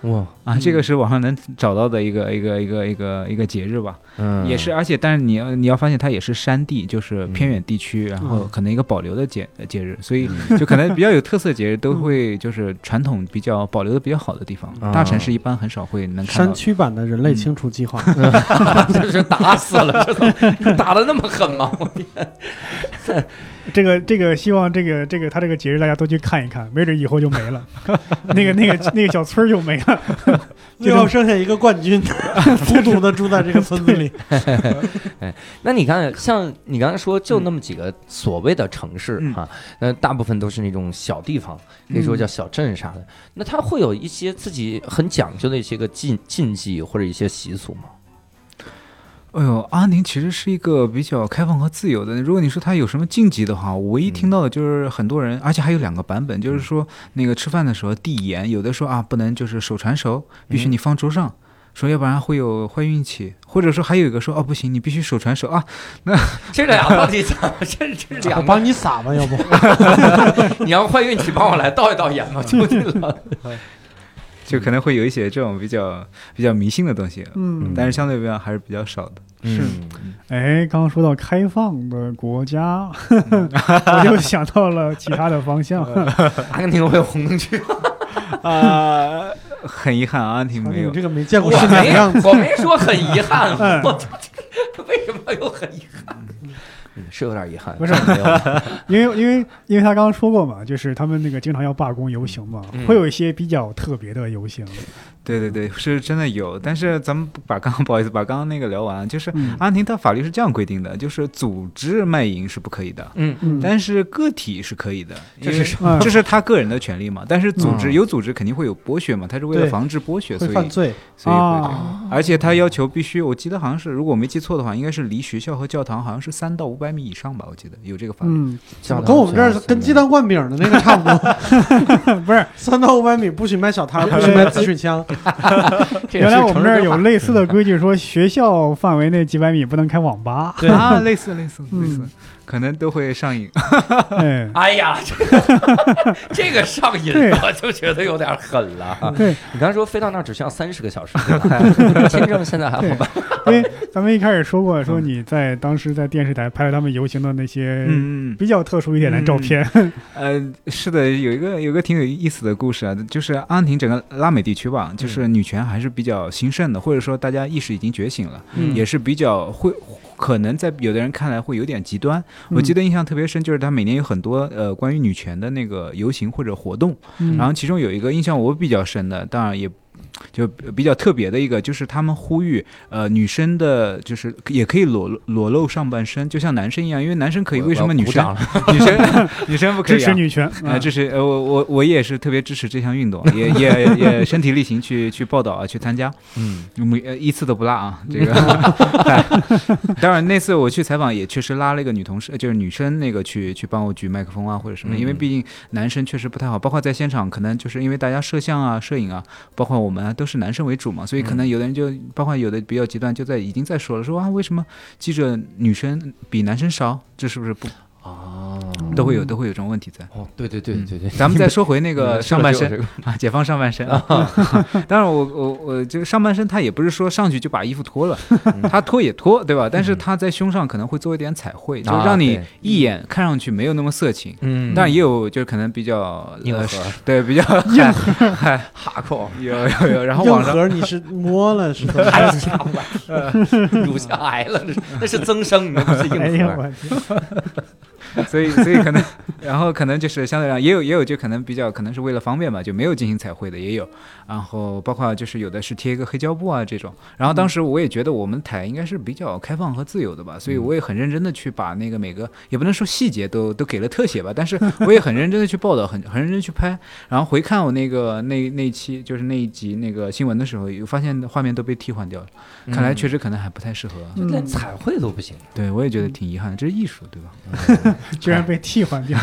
哇啊，这个是网上能找到的一个一个一个一个一个节日吧，嗯，也是，而且但是你要你要发现它也是山地，就是偏远地区，然后可能一个保留的节节日，所以就可能比较有特色的节日都会就是传统比较保留的比较好的地方，大城市一般很少会能看到。 山区版的人类清除计划， 这是打死了，这打的那么狠吗？我天！ 这个这个，希望这个这个他这个节日大家都去看一看，没准以后就没了，那个那个那个小村就没了， 最后剩下一个冠军，孤独的住在这个村子里。 哎，那你看，像你刚才说，就那么几个所谓的城市、嗯、啊，那大部分都是那种小地方，可以说叫小镇啥的。嗯、那它会有一些自己很讲究的一些个禁禁忌或者一些习俗吗？ 哎呦，阿宁其实是一个比较开放和自由的。如果你说他有什么禁忌的话，我唯一听到的就是很多人，嗯、而且还有两个版本，就是说那个吃饭的时候递盐，有的说啊不能就是手传手，必须你放桌上，嗯、说要不然会有坏运气。或者说还有一个说哦不行，你必须手传手啊。那这俩到底怎么？这这两个我帮你撒吧，要不你要坏运气，帮我来倒一倒盐吧，就对了。 就可能会有一些这种比较比较迷信的东西，嗯，但是相对比较还是比较少的。 是，哎，刚刚说到开放的国家，嗯、我就想到了其他的方向。 阿根廷会有红灯区啊，很遗憾，阿根廷没有。 这个没见过世面的样子。 我没说很遗憾，嗯、我为什么有很遗憾？嗯，是有点遗憾， 不是没有，因为因为因为他刚刚说过嘛，就是他们那个经常要罢工游行嘛，嗯、会有一些比较特别的游行。 对对对，是真的有，但是咱们把刚刚不好意思把刚刚那个聊完，就是阿根廷它法律是这样规定的，就是组织卖淫是不可以的，嗯嗯，但是个体是可以的， 这是什么？这是他个人的权利嘛，但是组织、嗯、有组织肯定会有剥削嘛，他是为了防止剥削，所以犯罪， 所以会、啊，而且他要求必须，我记得好像是，如果我没记错的话，应该是离学校和教堂好像是三到五百米以上吧，我记得有这个法律， 嗯，跟我们这儿跟鸡蛋灌饼的那个差不多，不是三到五百米不许卖小摊，不许卖滋水枪。 原来我们这儿有类似的规矩，说学校范围内几百米不能开网吧。 对啊，类似类似类似，可能都会上瘾。 哎呀，这个这个上瘾，我就觉得有点狠了。 对， 你刚才说飞到那儿只需要三十个小时，签证现在还好吧？ 因为咱们一开始说过，说你在当时在电视台拍了他们游行的那些比较特殊一点的照片。 呃，是的，有一个有一个挺有意思的故事啊，就是阿根廷整个拉美地区吧，就是女权还是比较兴盛的，或者说大家意识已经觉醒了，嗯、也是比较会。可能在有的人看来会有点极端，嗯、我记得印象特别深，就是他每年有很多呃关于女权的那个游行或者活动，嗯、然后其中有一个印象我比较深的，当然也就比较特别的一个，就是他们呼吁呃女生的，就是也可以裸裸露上半身，就像男生一样，因为男生可以，为什么女生女生女生不可以、啊？ 支持女权啊、 呃！支持呃，我我我也是特别支持这项运动，也也也身体力行去去报道啊，去参加，嗯，每一次都不落啊，这个。当然那次我去采访也确实拉了一个女同事，就是女生那个去去帮我举麦克风啊或者什么，因为毕竟男生确实不太好，包括在现场可能就是因为大家摄像啊、摄影啊，包括我们啊都是男生为主嘛，所以可能有的人就包括有的比较极端，就在已经在说了，说啊为什么记者女生比男生少，这是不是不哦，都会有都会有这种问题在。 哦，对对对对对， 咱们再说回那个上半身啊，解放上半身。当然我我我这个上半身他也不是说上去就把衣服脱了，他脱也脱，对吧？但是他在胸上可能会做一点彩绘，就让你一眼看上去没有那么色情。嗯，当然也有就是可能比较硬核， 对，比较硬核， 哈扣， 有有有。然后往上硬核你是摸了是吧？ 太强了，乳腺癌了，那是增生，那不是硬核。 所以，所以可能，然后可能就是相对上也有，也有就可能比较可能是为了方便嘛，就没有进行彩绘的也有。然后包括就是有的是贴一个黑胶布啊这种。然后当时我也觉得我们台应该是比较开放和自由的吧，所以我也很认真的去把那个每个也不能说细节都都给了特写吧，但是我也很认真的去报道，很很认真去拍。然后回看我那个那那一期就是那一集那个新闻的时候，有发现画面都被替换掉了，看来确实可能还不太适合， 就连彩绘都不行。 对，我也觉得挺遗憾的，这是艺术，对吧？ 居然被替换掉，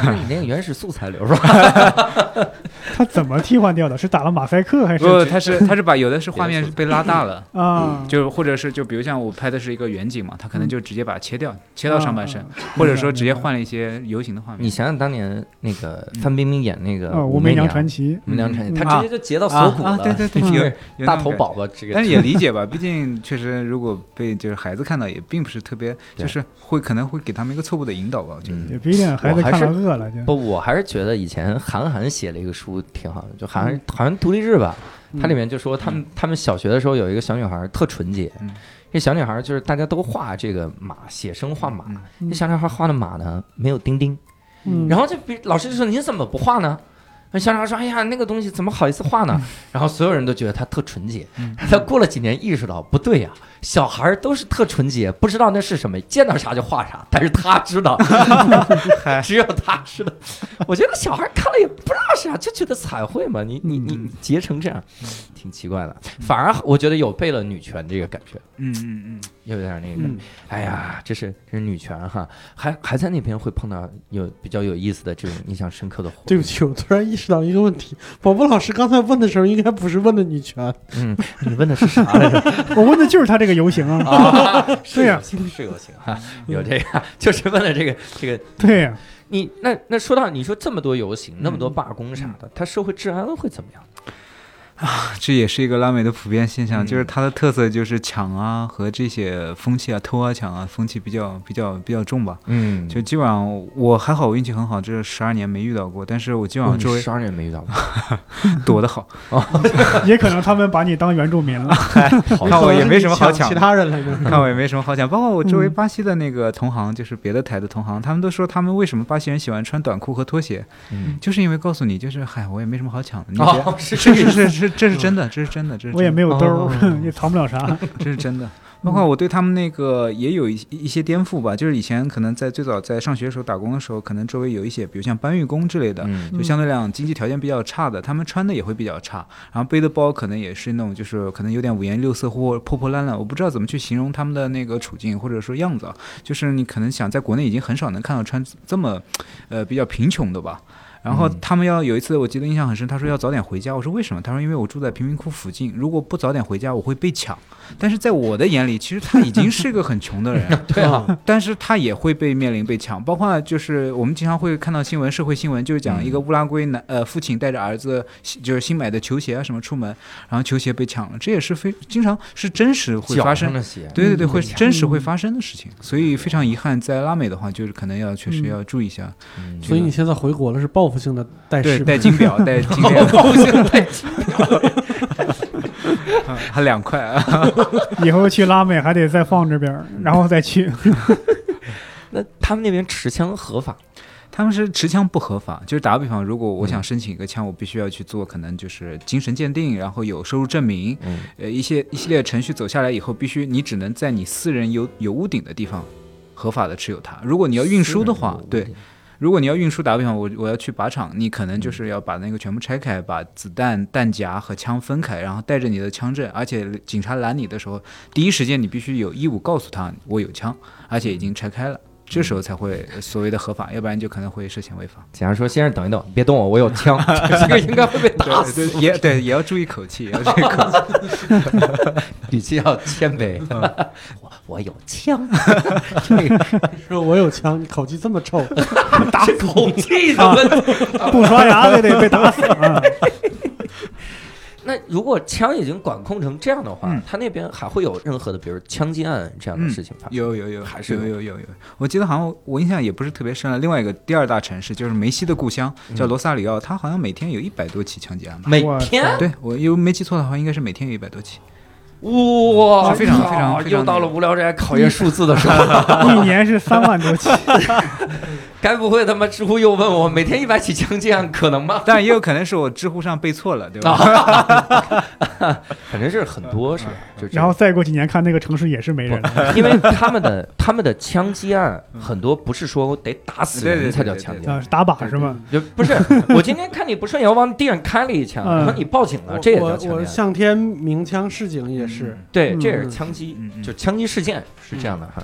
是你那个原始素材留是吧？ 他怎么替换掉的？是打了马赛克还是？ 不，他是他是把有的是画面是被拉大了啊， 就或者是就比如像我拍的是一个远景嘛，他可能就直接把它切掉，切到上半身，或者说直接换了一些游行的画面。 你想想当年那个范冰冰演那个 《武媚娘传奇》， 武媚娘传奇，他直接就截到锁骨了， 对对对， 有大头宝宝这个。 但是也理解吧，毕竟确实如果被就是孩子看到，也并不是特别，就是会可能会给他们一个错误的引导吧。我觉得也不一定，孩子看了饿了就。 不，我还是觉得以前韩寒写了一个书挺好的，就好像好像独立日吧，它里面就说他们他们小学的时候有一个小女孩特纯洁，这小女孩就是大家都画这个马，写生画马，这小女孩画的马呢没有钉钉，然后就老师就说你怎么不画呢？那小女孩说：“哎呀，那个东西怎么好意思画呢？”然后所有人都觉得她特纯洁。她过了几年意识到不对呀、啊，小孩都是特纯洁，不知道那是什么，见到啥就画啥。但是她知道，只有她知道。我觉得小孩看了也不知道啥，就觉得彩绘嘛，你你你结成这样，挺奇怪的。反而我觉得有背了女权这个感觉。 嗯嗯嗯， 有点那个。嗯、哎呀，这是这是女权哈，还还在那边会碰到有比较有意思的这种印象深刻的活动。 对不起，我突然意识到一个问题，宝宝老师刚才问的时候，应该不是问的女权。 嗯，你问的是啥来着？ 我问的就是他这个游行啊。 啊， 对呀， 是游行哈，有这个，就是问的这个这个。 对呀， 你那那说到你说这么多游行，那么多罢工啥的，它社会治安会怎么样？ 啊，这也是一个拉美的普遍现象，嗯、就是它的特色就是抢啊和这些风气啊、偷啊、抢啊，风气比较比较比较重吧。嗯，就基本上我还好，我运气很好，这十二年没遇到过。但是我基本上周围十二年没遇到过， 躲得好。 也可能他们把你当原住民了。 看我也没什么好抢， 其他人来着。 看我也没什么好抢，包括我周围巴西的那个同行，就是别的台的同行，他们都说他们为什么巴西人喜欢穿短裤和拖鞋，嗯、就是因为告诉你，就是嗨，我也没什么好抢的。你哦， 是是是是是。这是真的，这是真的，这是真的。 我也没有兜，哦、也藏不了啥。 这是真的。包括我对他们那个也有一一些颠覆吧，就是以前可能在最早在上学的时候打工的时候，可能周围有一些，比如像搬运工之类的，嗯、就相对来讲经济条件比较差的，他们穿的也会比较差，然后背的包可能也是那种就是可能有点五颜六色或破破烂烂，我不知道怎么去形容他们的那个处境或者说样子，就是你可能想在国内已经很少能看到穿这么，呃比较贫穷的吧。然后他们要有一次，我记得印象很深，他说要早点回家。我说为什么？他说因为我住在贫民窟附近，如果不早点回家，我会被抢。但是在我的眼里，其实他已经是个很穷的人， 对啊， 但是他也会被面临被抢。包括就是我们经常会看到新闻，社会新闻就是讲一个乌拉圭男呃父亲带着儿子就是新买的球鞋啊什么出门，然后球鞋被抢了，这也是非经常是真实会发生，对对对，会真实会发生的事情。所以非常遗憾，在拉美的话，就是可能要确实要注意一下。 嗯这个、所以你现在回国了是报。报复性的带饰， 带金表，带金表， 报复性的带金表， 还两块啊！ 以后去拉美还得再放这边，然后再去。 那他们那边持枪合法？ 他们是持枪不合法，就是打个比方，如果我想申请一个枪，我必须要去做可能就是精神鉴定，然后有收入证明，嗯、呃一些一系列程序走下来以后，必须你只能在你私人有有屋顶的地方合法的持有它。如果你要运输的话，对。如果你要运输，打个比方，我我要去靶场，你可能就是要把那个全部拆开，把子弹、弹夹和枪分开，然后带着你的枪证，而且警察拦你的时候，第一时间你必须有义务告诉他我有枪，而且已经拆开了，这时候才会所谓的合法，要不然就可能会涉嫌违法。 警察说：“先生，等一等，别动我，我有枪。”这个应该会被打死。 对对也对，也要注意口气，也要注意口气， 语气要谦卑。我我有枪， 说我有枪，口气这么臭， 打口气的问题， 不刷牙也得被打死啊。 那如果枪已经管控成这样的话，嗯、他那边还会有任何的，比如枪击案这样的事情发生？ 嗯、有有有， 还是有有有有。我记得好像我印象也不是特别深了。另外一个第二大城市就是梅西的故乡，叫罗萨里奥，它好像每天有一百多起枪击案吧？ 每天？ 对，我又没记错的话，应该是每天有一百多起。 哇， 非常非常非常， 又到了无聊斋考验数字的时候， 一年是三万多起。 该不会他妈知乎又问我每天一百起枪击案可能吗？ 但也有可能是我知乎上背错了，对吧？ 反正是很多是吧？ 然后再过几年看那个城市也是没人了， 因为他们的他们的枪击案很多不是说得打死人才叫枪击案， 打靶是吗？ 就不是，我今天看你不顺眼，我往地上开了一枪，然后你报警了，这也叫枪击案。 我向天鸣枪示警也是， 对，这也是枪击，就枪击事件是这样的哈。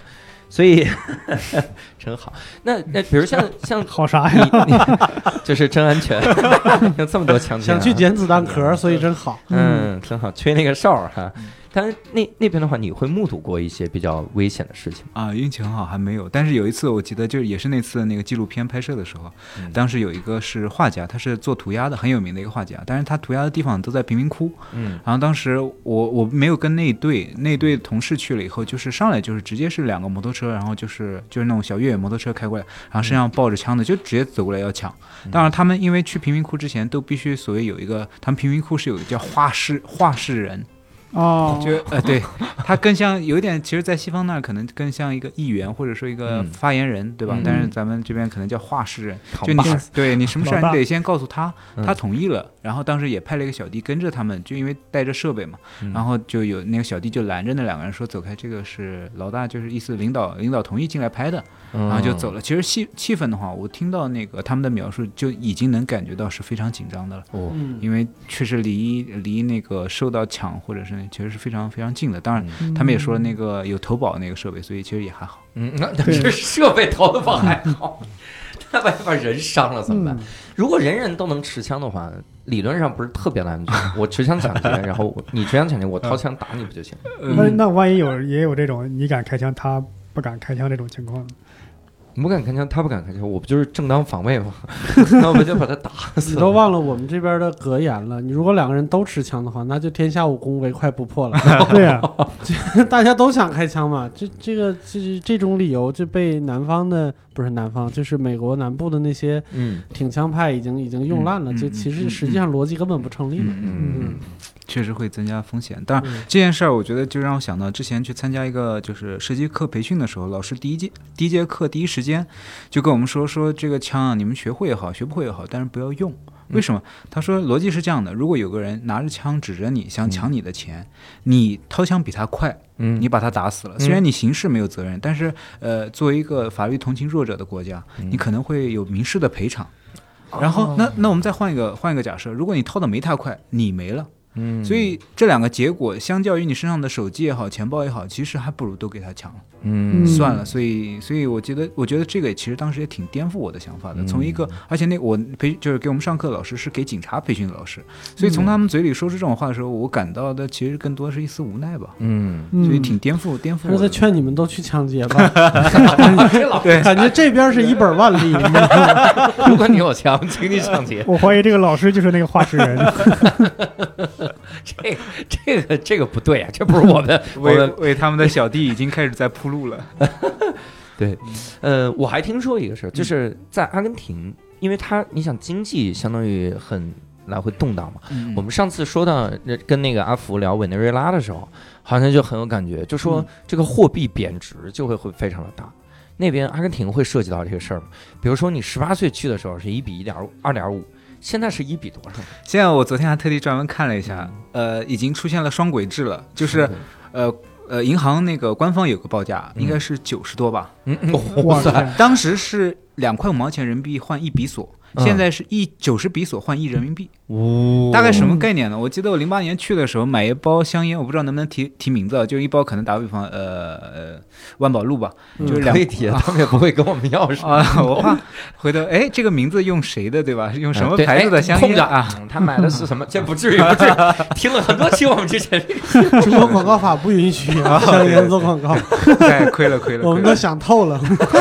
所以真好。那那比如像像好啥呀？ 你你就是真安全，有这么多枪击、啊， 想去捡子弹壳，所以真好。 嗯，真好，吹那个哨儿哈。但是那那边的话，你会目睹过一些比较危险的事情啊？运气很好，还没有。但是有一次，我记得就是也是那次那个纪录片拍摄的时候，嗯、当时有一个是画家，他是做涂鸦的，很有名的一个画家。但是他涂鸦的地方都在贫民窟。嗯。然后当时我我没有跟那一队那一队同事去了以后，就是上来就是直接是两个摩托车，然后就是就是那种小越野摩托车开过来，然后身上抱着枪的，就直接走过来要抢。当然，他们因为去贫民窟之前都必须所谓有一个，他们贫民窟是有一个叫画室画室人。 哦， 就呃，对，他更像有一点，其实，在西方那儿可能更像一个议员或者说一个发言人，嗯、对吧？嗯、但是咱们这边可能叫话事人，就你对你什么事儿你得先告诉他，他同意了，然后当时也派了一个小弟跟着他们，就因为带着设备嘛，嗯、然后就有那个小弟就拦着那两个人说走开，这个是老大，就是意思领导领导同意进来拍的，然后就走了。其实气气氛的话，我听到那个他们的描述就已经能感觉到是非常紧张的了，哦，因为确实离离那个受到抢或者是。其实是非常非常近的，当然他们也说那个有投保那个设备，所以其实也还好。 嗯，那但是设备投保还好，那万一把人伤了怎么办？嗯、如果人人都能持枪的话，理论上不是特别的安全。我持枪抢劫，然后你持枪抢劫，我掏枪打你不就行？ 那、嗯、那万一有也有这种你敢开枪，他不敢开枪这种情况呢？ 你不敢开枪，他不敢开枪，我不就是正当防卫吗？那我们就把他打死。 你都忘了我们这边的格言了。你如果两个人都持枪的话，那就天下武功唯快不破了。 对呀、 啊，大家都想开枪嘛。这这个这这种理由就被南方的不是南方，就是美国南部的那些挺枪派已经已经用烂了。就其实实际上逻辑根本不成立嘛。嗯。嗯嗯确实会增加风险，当然这件事儿，我觉得就让我想到之前去参加一个就是射击课培训的时候，老师第一节第一节课第一时间就跟我们说说这个枪啊，你们学会也好，学不会也好，但是不要用。为什么？他说逻辑是这样的：如果有个人拿着枪指着你，想抢你的钱，嗯、你掏枪比他快，嗯，你把他打死了。虽然你刑事没有责任，但是呃，作为一个法律同情弱者的国家，嗯、你可能会有民事的赔偿。然后，那那我们再换一个换一个假设，如果你掏的没他快，你没了。嗯，所以这两个结果相较于你身上的手机也好，钱包也好，其实还不如都给他抢了。嗯，算了，所以所以我觉得，我觉得这个其实当时也挺颠覆我的想法的。从一个，而且那我培就是给我们上课的老师是给警察培训的老师，所以从他们嘴里说出这种话的时候，我感到的其实更多是一丝无奈吧。嗯，所以挺颠覆颠覆我的。 我在劝你们都去抢劫吧。对，感觉这边是一本万利。 如果你有枪，请你抢劫。 我怀疑这个老师就是那个话事人。 这个这个这个不对啊，这不是我们为我们为他们的小弟已经开始在铺路了。 对，呃，我还听说一个事儿，就是在阿根廷，因为它你想经济相当于很来回动荡嘛。嗯、我们上次说到跟那个阿福聊委内瑞拉的时候，好像就很有感觉，就说这个货币贬值就会会非常的大。那边阿根廷会涉及到这个事儿吗？比如说你十八岁去的时候是一比一点二点五。现在是一比多少？ 现在我昨天还特地专门看了一下，呃，已经出现了双轨制了，就是呃呃，银行那个官方有个报价，应该是九十多吧？嗯嗯，哇塞！当时是两块五毛钱人民币换一比索，现在是一九十比索换一人民币。哦，大概什么概念呢？我记得我零八年去的时候买一包香烟，我不知道能不能提提名字，就一包可能打个比方，呃呃，万宝路吧，就是两可以提，他们也不会跟我们要什么啊。我怕回头哎，这个名字用谁的对吧？用什么牌子的香烟啊？ 他买的是什么？这不至于，不至于。听了很多期我们之前， 中国广告法不允许啊，香烟做广告。 哎，亏了亏了， 我们都想透了。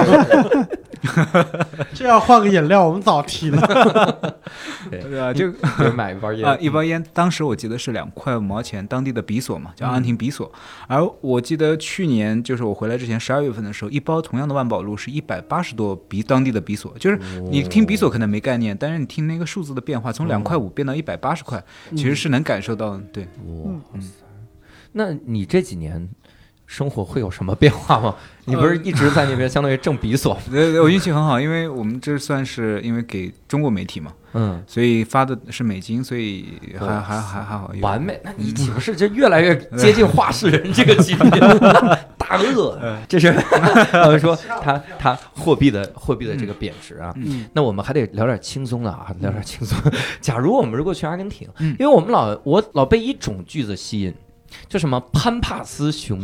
这要换个饮料，我们早提了。 对啊，就买一包烟啊，一包烟，当时我记得是两块五毛钱，当地的比索嘛，叫阿根廷比索。嗯、而我记得去年就是我回来之前十二月份的时候，一包同样的万宝路是一百八十多比当地的比索，就是你听比索可能没概念，但是你听那个数字的变化，从两块五变到一百八十块，其实是能感受到的。对， 哇、嗯，那你这几年生活会有什么变化吗？你不是一直在那边相当于挣比索？ 呃，我运气很好，因为我们这算是因为给中国媒体嘛，嗯，所以发的是美金，所以还、哦、还还还好。 完美，那你岂不是就越来越接近话事人这个级别？大鳄，这是我说他他货币的货币的这个贬值啊。嗯、那我们还得聊点轻松的啊，聊点轻松。假如我们如果去阿根廷，因为我们老我老被一种句子吸引。就什么潘帕斯雄鹰，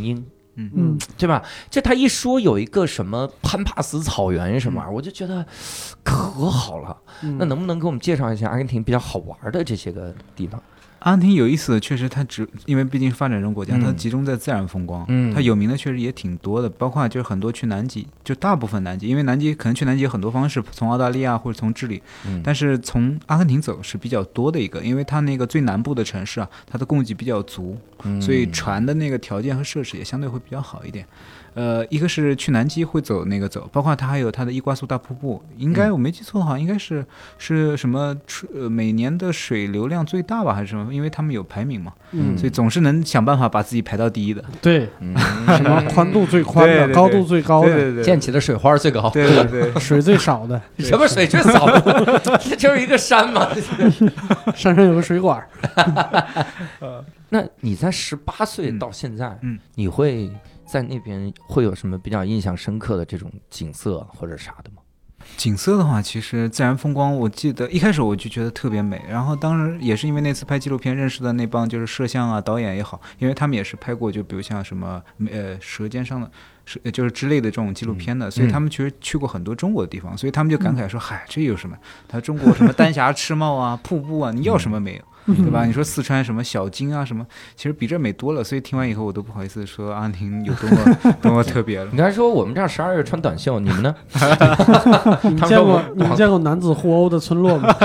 嗯嗯，对吧？这他一说有一个什么潘帕斯草原什么玩意儿，我就觉得可好了。嗯、那能不能给我们介绍一下阿根廷比较好玩的这些个地方？ 阿根廷有意思的，确实它只因为毕竟发展中国家，它集中在自然风光，嗯，它有名的确实也挺多的，包括就是很多去南极，就大部分南极，因为南极可能去南极有很多方式，从澳大利亚或者从智利，嗯，但是从阿根廷走是比较多的一个，因为它那个最南部的城市啊，它的供给比较足，嗯，所以船的那个条件和设施也相对会比较好一点。呃，一个是去南极会走那个走，包括它还有它的伊瓜苏大瀑布，应该我没记错的话，应该是是什么呃每年的水流量最大吧，还是什么？因为他们有排名嘛，嗯，所以总是能想办法把自己排到第一的。 对，嗯、什么宽度最宽的，对对对，高度最高的， 对对对， 溅起的水花最高， 对对对， 水最少的， 什么水最少的？这就是一个山嘛， 山上有个水管。 那你在十八岁到现在，嗯，你会在那边会有什么比较印象深刻的这种景色或者啥的吗？ 景色的话，其实自然风光，我记得一开始我就觉得特别美，然后当时也是因为那次拍纪录片认识的那帮就是摄像啊、导演也好，因为他们也是拍过，就比如像什么呃《舌尖上的》是就是之类的这种纪录片的，所以他们其实去过很多中国的地方，所以他们就感慨说：“嗨，这有什么？他中国什么丹霞赤帽啊、瀑布啊，你要什么没有？”对吧？你说四川什么小金啊什么，其实比这美多了。所以听完以后，我都不好意思说阿根廷有多么多么特别了。 你刚才说我们这儿十二月穿短袖，你们呢？ 你们见过你们见过男子互殴的村落吗？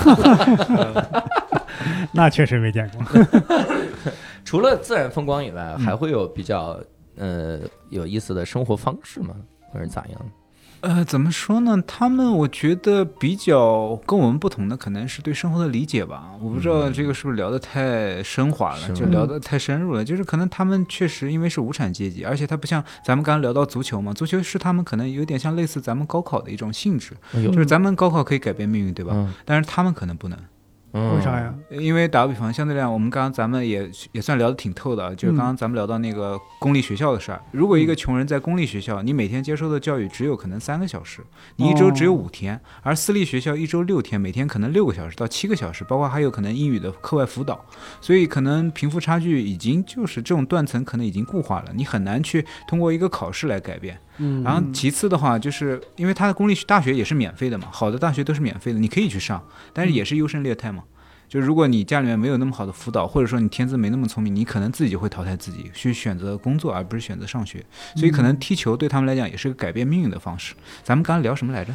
那确实没见过。 除了自然风光以外，还会有比较呃有意思的生活方式吗？或者咋样？ 呃，怎么说呢？他们我觉得比较跟我们不同的，可能是对生活的理解吧。我不知道这个是不是聊得太升华了，嗯、就聊得太深入了。就是可能他们确实因为是无产阶级，而且他不像咱们刚刚聊到足球嘛，足球是他们可能有点像类似咱们高考的一种性质，哎、就是咱们高考可以改变命运，对吧？嗯、但是他们可能不能。 嗯、为啥呀？ 因为打个比方，相对来讲，我们刚刚咱们也也算聊得挺透的，就是刚刚咱们聊到那个公立学校的事儿。如果一个穷人在公立学校，你每天接受的教育只有可能三个小时，你一周只有五天，哦、而私立学校一周六天，每天可能六个小时到七个小时，包括还有可能英语的课外辅导，所以可能贫富差距已经就是这种断层可能已经固化了，你很难去通过一个考试来改变。嗯，然后其次的话，就是因为他的公立大学也是免费的嘛，好的大学都是免费的，你可以去上，但是也是优胜劣汰嘛。就如果你家里面没有那么好的辅导，或者说你天资没那么聪明，你可能自己会淘汰自己，去选择工作而不是选择上学，所以可能踢球对他们来讲也是个改变命运的方式。咱们刚刚聊什么来着？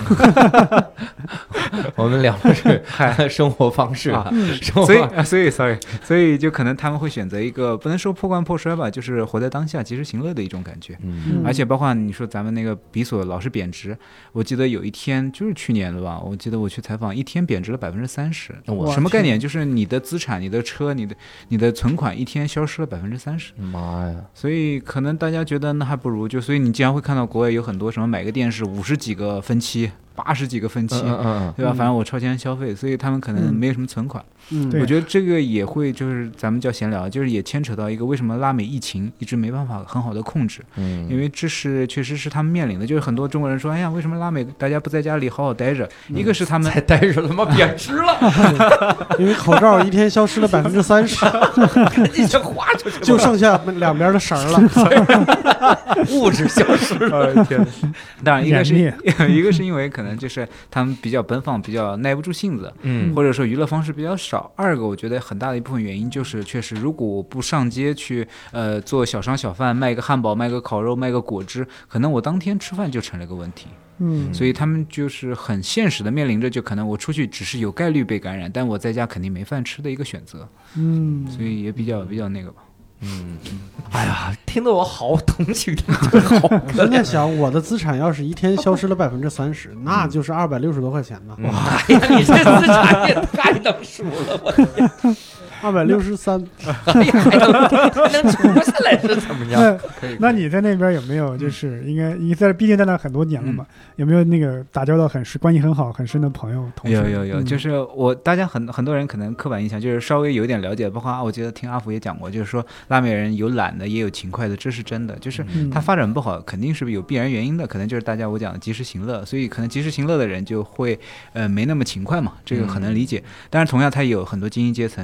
我们聊的是生活方式啊，生活所以啊，所以 sorry， 所以就可能他们会选择一个不能说破罐破摔吧，就是活在当下，及时行乐的一种感觉。嗯，而且包括你说咱们那个比索老是贬值，我记得有一天就是去年了吧，我记得我去采访，一天贬值了百分之三十。什么概念？就是你的资产、你的车、你的你的存款一天消失了百分之三十。 妈呀！ 所以可能大家觉得那还不如就，所以你经常会看到国外有很多什么买个电视五十几个分期。八十几个分期，嗯嗯对吧？反正我超前消费，所以他们可能没有什么存款。嗯，我觉得这个也会就是咱们叫闲聊，就是也牵扯到一个为什么拉美疫情一直没办法很好的控制。嗯，因为这是确实是他们面临的，就是很多中国人说，哎呀，为什么拉美大家不在家里好好待着？嗯、一个是他们在待着他妈贬值了， 因为口罩一天消失了百分之三十， 赶紧就花出去， 就剩下两边的绳了， 物质消失了。 天，当然一个是一个是因为可能就是他们比较奔放，比较耐不住性子，嗯，或者说娱乐方式比较少。二个我觉得很大的一部分原因就是确实，如果我不上街去呃做小商小贩，卖个汉堡，卖个烤肉，卖个果汁，可能我当天吃饭就成了个问题。嗯，所以他们就是很现实的面临着，就可能我出去只是有概率被感染，但我在家肯定没饭吃的一个选择。嗯，所以也比较比较那个吧。 嗯，哎呀，听得我好同情你，好可怜。在想我的资产要是一天消失了百分之三十，那就是二百六十多块钱呢。 哇呀，你这资产也太能数了，我天！ 二百六十三， 哎呀，还能还能除下来是怎么样？ 那那你在那边有没有就是应该你在毕竟在那很多年了嘛，嗯、有没有那个打交道很深、关系很好、很深的朋友同学？ 有有有，嗯、就是我大家很很多人可能刻板印象就是稍微有一点了解，包括我记得听阿福也讲过，就是说拉美人有懒的也有勤快的，这是真的。就是他发展不好，肯定是有必然原因的，可能就是大家我讲的及时行乐，所以可能及时行乐的人就会呃没那么勤快嘛，这个很能理解。但是同样他也有很多精英阶层，就是比如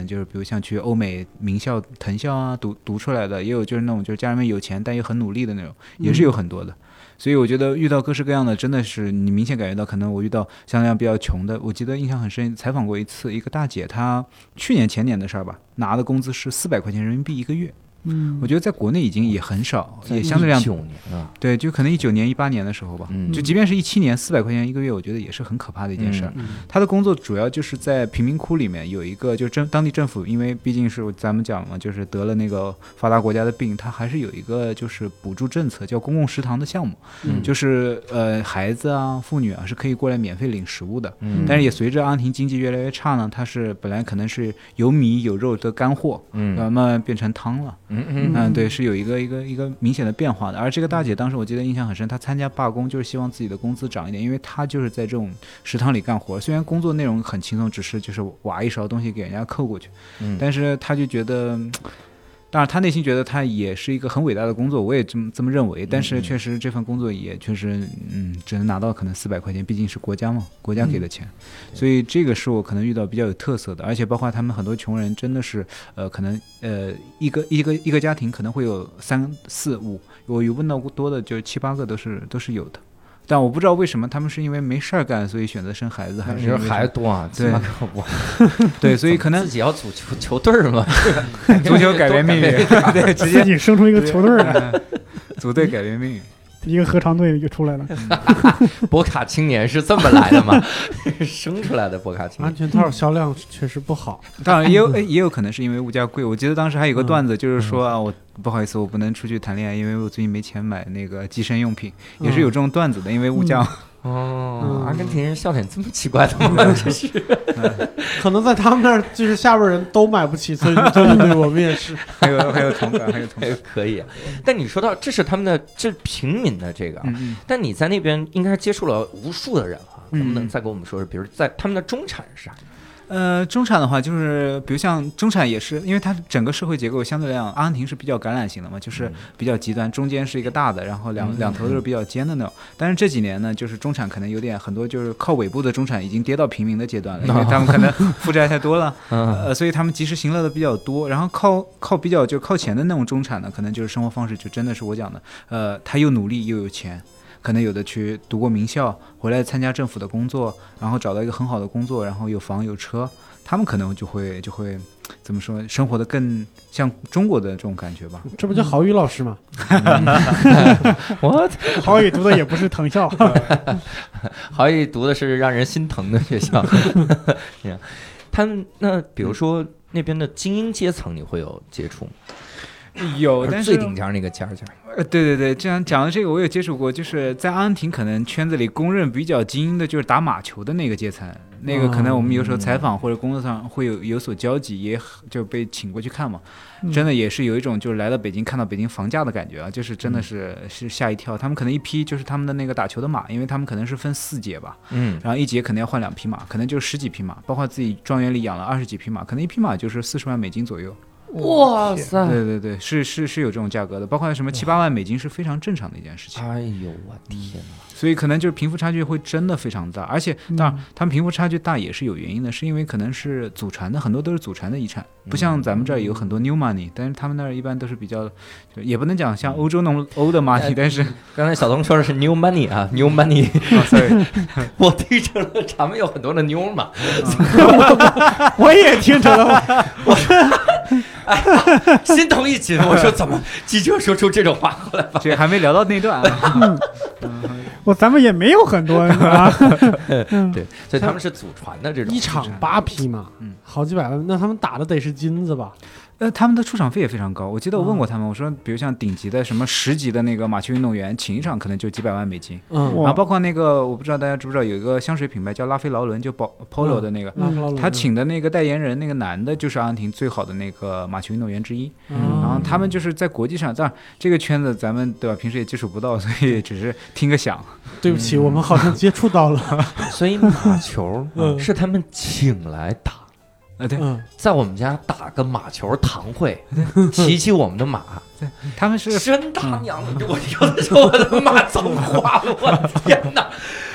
如像去欧美名校、藤校啊读读出来的，也有就是那种就是家里面有钱但又很努力的那种，也是有很多的。嗯，所以我觉得遇到各式各样的，真的是你明显感觉到，可能我遇到相对比较穷的，我记得印象很深，采访过一次一个大姐，她去年前年的事儿吧，拿的工资是四百块钱人民币一个月。嗯，我觉得在国内已经也很少，也相对量九年啊， 对，就可能一九年、一八年的时候吧，嗯，就即便是一七年四百块钱一个月，我觉得也是很可怕的一件事。嗯，他的工作主要就是在贫民窟里面有一个，就政当地政府，因为毕竟是咱们讲嘛，就是得了那个发达国家的病，他还是有一个就是补助政策，叫公共食堂的项目，嗯，就是呃孩子啊、妇女啊是可以过来免费领食物的。嗯，但是也随着阿根廷经济越来越差呢，它是本来可能是有米有肉的干货，嗯，慢慢变成汤了。嗯嗯嗯，对，是有一个一个一个明显的变化的。而这个大姐当时我记得印象很深，她参加罢工就是希望自己的工资涨一点，因为她就是在这种食堂里干活，虽然工作内容很轻松，只是就是挖一勺东西给人家扣过去，嗯，但是她就觉得。当然，他内心觉得他也是一个很伟大的工作，我也这么这么认为。但是确实这份工作也确实，嗯，只能拿到可能四百块钱，毕竟是国家嘛，国家给的钱，嗯，所以这个是我可能遇到比较有特色的。而且包括他们很多穷人，真的是，呃，可能呃一个一个一个家庭可能会有三四五，我有问到过多的，就是七八个都是都是有的。但我不知道为什么他们是因为没事儿干，所以选择生孩子，还是孩子多啊？ 对，对，所以可能自己要组球球队嘛， 足球改变命运，对，直接自己生出一个球队来， 组队改变命运。 一个合唱队就出来了。 博卡青年是这么来的吗？生出来的博卡青年。 安全套销量确实不好， 当然也有也有可能是因为物价贵。我记得当时还有个段子，就是说啊，我不好意思，我不能出去谈恋爱，因为我最近没钱买那个计生用品，也是有这种段子的，因为物价。 哦，阿根廷人笑点这么奇怪的吗？这是， 可能在他们那儿就是下边人都买不起，所以对对对，我们也是， 还有还有同感，还有同感， 可以。但你说到这是他们的这平民的这个， 嗯， 但你在那边应该接触了无数的人啊，能不能再给我们说说，比如在他们的中产是啥样？ 呃，中产的话，就是比如像中产也是，因为它整个社会结构相对来讲，阿根廷是比较橄榄型的嘛，就是比较极端，中间是一个大的，然后两两头都是比较尖的那种。但是这几年呢，就是中产可能有点很多，就是靠尾部的中产已经跌到平民的阶段了，因为他们可能负债太多了，呃，所以他们及时行乐的比较多。然后靠靠比较就靠前的那种中产呢，可能就是生活方式就真的是我讲的，呃，他又努力又有钱。可能有的去读过名校，回来参加政府的工作，然后找到一个很好的工作，然后有房有车，他们可能就会就会怎么说，生活的更像中国的这种感觉吧。 这不就郝宇老师吗？ 我郝宇读的也不是藤校， 郝宇读的是让人心疼的学校。他们那比如说那边的精英阶层，你会有接触吗？ 有，但是最顶尖那个尖尖。 呃，对对对，这样讲的这个我有接触过，就是在阿根廷可能圈子里公认比较精英的就是打马球的那个阶层，那个可能我们有时候采访或者工作上会有有所交集，也就被请过去看嘛，真的也是有一种就是来到北京看到北京房价的感觉啊，就是真的是是吓一跳。他们可能一批就是他们的那个打球的马，因为他们可能是分四节吧，嗯，然后一节可能要换两匹马，可能就十几匹马，包括自己庄园里养了二十几匹马，可能一匹马就是四十万美金左右。 哇塞！ 对对对，是是是有这种价格的，包括什么七八万美金是非常正常的一件事情。 哎呦我天哪！ 所以可能就是贫富差距会真的非常大，而且当然他们贫富差距大也是有原因的，是因为可能是祖传的，很多都是祖传的遗产，不像咱们这儿有很多 new money， 但是他们那儿一般都是比较，也不能讲像欧洲那种 old money， 但是刚才小东说的是 new money 啊 ，new money， 哦 sorry， 我听成了咱们有很多的妞嘛， 我也听成了， 我说。哎，心疼一紧，我说怎么记者说出这种话？后来这还没聊到那段啊。 我咱们也没有很多啊。 对，所以他们是祖传的这种。 一场八匹马，嗯，好几百万，那他们打的得是金子吧？ 呃，他们的出场费也非常高。我记得我问过他们，我说，比如像顶级的什么十级的那个马球运动员，请一场可能就几百万美金。嗯，然后包括那个，我不知道大家知不知道，有一个香水品牌叫拉菲劳伦，就宝 Polo 的那个， 嗯、 他请的那个代言人，那个男的，就是阿根廷最好的那个马球运动员之一。嗯，然后他们就是在国际上，当然这个圈子咱们对吧，平时也接触不到，所以只是听个响。 对不起，嗯、我们好像接触到了。 所以马球、嗯、是他们请来打。 啊对、 嗯，在我们家打个马球堂会，骑骑我们的马， 对，他们是真他娘的！我有的时候我的马怎么花了？我的天哪！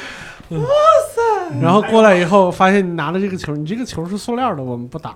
哇塞！然后过来以后发现你拿的这个球，你这个球是塑料的，我们不打。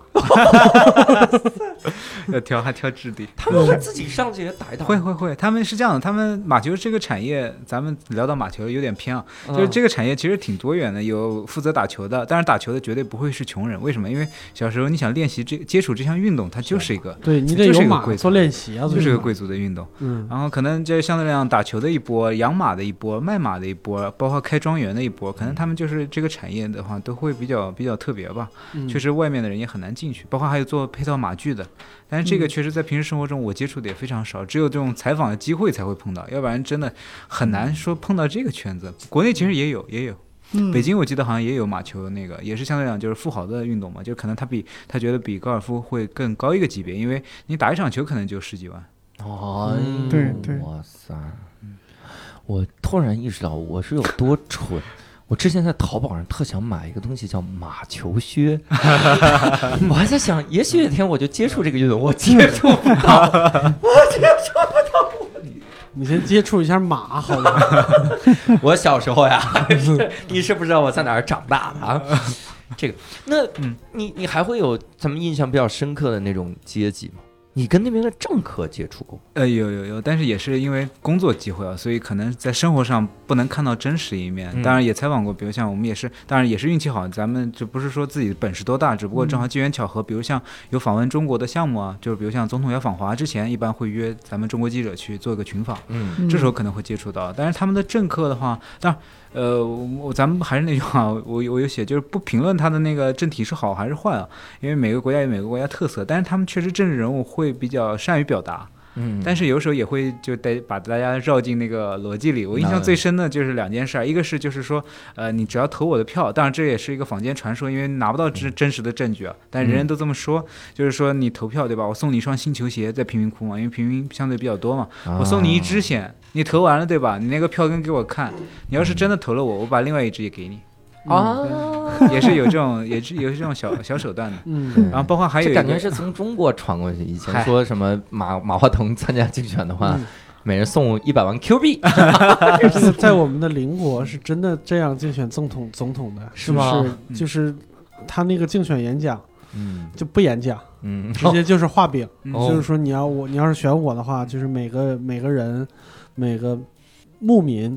要挑还挑质地， 他们会自己上去也打一打。 会会会，他们是这样的，他们马球这个产业，咱们聊到马球有点偏啊， 嗯、 就是这个产业其实挺多元的，有负责打球的，但是打球的绝对不会是穷人，为什么？因为小时候你想练习这接触这项运动，它就是一个， 对你得有马做练习啊， 就是个贵族的运动。嗯，然后可能这相对来讲打球的一波，养马的一波，卖马的一波，包括开庄园的一波，可能他们就是这个产业的话都会比较比较特别吧。嗯、确实外面的人也很难进去，包括还有做配套马具的。但是这个确实在平时生活中我接触的也非常少，只有这种采访的机会才会碰到，要不然真的很难说碰到这个圈子。国内其实也有也有，北京我记得好像也有马球，那个也是相对来讲就是富豪的运动嘛，就可能他比他觉得比高尔夫会更高一个级别，因为你打一场球可能就十几万。 哦， 对对， 哇塞！我突然意识到我是有多蠢。我之前在淘宝上特想买一个东西叫马球靴，我还在想，也许有一天我就接触这个运动，我接触不到，我接触不到。 你先接触一下马好吗？ 我小时候呀，你是不知道我在哪儿长大的啊？这个，那嗯，你你还会有咱们印象比较深刻的那种阶级吗？你跟那边的政客接触过？ 呃，有有有，但是也是因为工作机会啊，所以可能在生活上不能看到真实一面。当然也采访过，比如像我们也是，当然也是运气好，咱们这不是说自己本事多大，只不过正好机缘巧合。比如像有访问中国的项目啊，就是比如像总统要访华之前，一般会约咱们中国记者去做一个群访，嗯，这时候可能会接触到。但是他们的政客的话，当然。呃，我咱们还是那句话，我我有写，就是不评论他的那个政体是好还是坏啊，因为每个国家有每个国家特色，但是他们确实政治人物会比较善于表达，嗯，但是有时候也会就得把大家绕进那个逻辑里。我印象最深的就是两件事，一个是就是说，呃，你只要投我的票，当然这也是一个坊间传说，因为拿不到真真实的证据啊，但人人都这么说，就是说你投票对吧？我送你一双新球鞋，在贫民窟嘛，因为贫民相对比较多嘛，我送你一支险。你投完了对吧？你那个票根给我看，你要是真的投了我，我把另外一支也给你。啊、嗯，也是有这种，也是有这种小小手段的。嗯，然后包括还有一个， 这感觉是从中国传过去。以前说什么马马化腾参加竞选的话，嗯、每人送一百万 Q 币。 在我们的邻国是真的这样竞选总统总统的，是吗？就是就是他那个竞选演讲。嗯，就不演讲，嗯，直接就是画饼，哦、就是说你要我，你要是选我的话，就是每个每个人，每个牧民，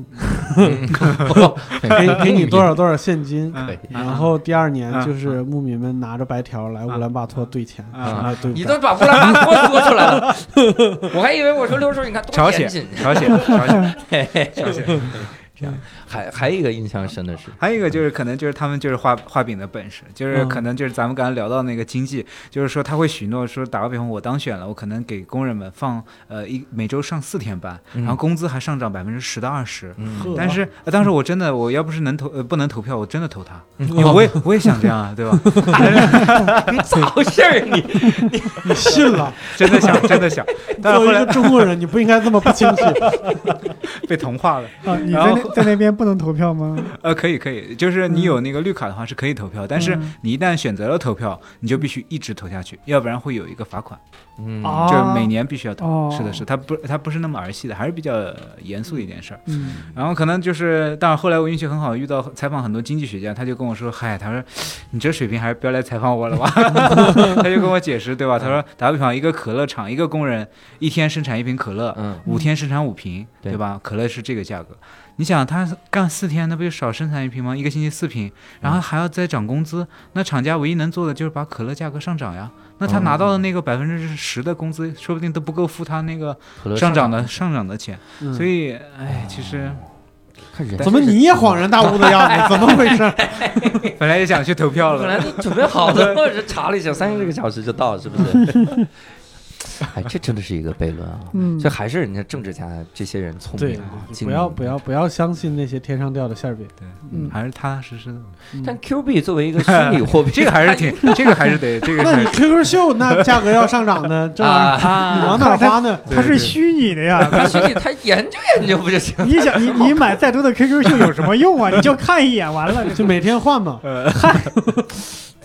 给给你多少多少现金，嗯、然后第二年就是牧民们拿着白条来乌兰巴托兑钱，啊，对， 你都把乌兰巴托说出来了，我还以为我说刘叔，你看多严谨， 朝鲜，朝鲜，朝鲜。 这样，还还有一个印象深的是， 还有一个就是可能就是他们就是画画饼的本事，就是可能就是咱们刚才聊到那个经济，嗯、就是说他会许诺说，打个比方，我当选了，我可能给工人们放呃一每周上四天班，嗯、然后工资还上涨百分之十到二十。但是、呃、当时我真的我要不是能投呃不能投票，我真的投他，嗯、因为我也我也想这样啊，对吧？ 你咋回事儿？你你你信了？ 真的想真的想。 作为一个中国人，你不应该这么不清晰， 被同化了啊！你在在那边不能投票吗？ 呃，可以可以，就是你有那个绿卡的话是可以投票，嗯、但是你一旦选择了投票，你就必须一直投下去，要不然会有一个罚款。嗯，就是每年必须要投。哦、是的是，它不它不是那么儿戏的，还是比较严肃的一件事儿。嗯，然后可能就是，当然后来我运气很好，遇到采访很多经济学家，他就跟我说，嗨，他说你这水平还是不要来采访我了吧。他就跟我解释，对吧？他说打个比方，一个可乐厂，一个工人一天生产一瓶可乐，嗯，五天生产五瓶，对, 对吧？可乐是这个价格。你想他干四天，那不就少生产一瓶吗？一个星期四瓶，然后还要再涨工资，那厂家唯一能做的就是把可乐价格上涨呀。那他拿到的那个百分之十的工资，说不定都不够付他那个上涨的上涨的钱。嗯、所以，哎，其实怎么你也恍然大悟的样子？怎么回事？ 本来也想去投票了， 本来都准备好了，或者查了一下，三个个小时就到了，是不是？哎，这真的是一个悖论啊！嗯，这还是人家政治家这些人聪明啊！ 不要不要不要相信那些天上掉的馅饼， 对，嗯，还是踏踏实实的。 但 Q 币作为一个虚拟货币， 这个还是挺，这个还是得这个。 那你 Q Q 秀那价格要上涨呢？这玩意儿你往哪花呢？ 它是虚拟的呀， 它虚拟，它研究研究不就行？ 你想，你你买再多的 Q Q 秀有什么用啊？你就看一眼完了， 就每天换嘛。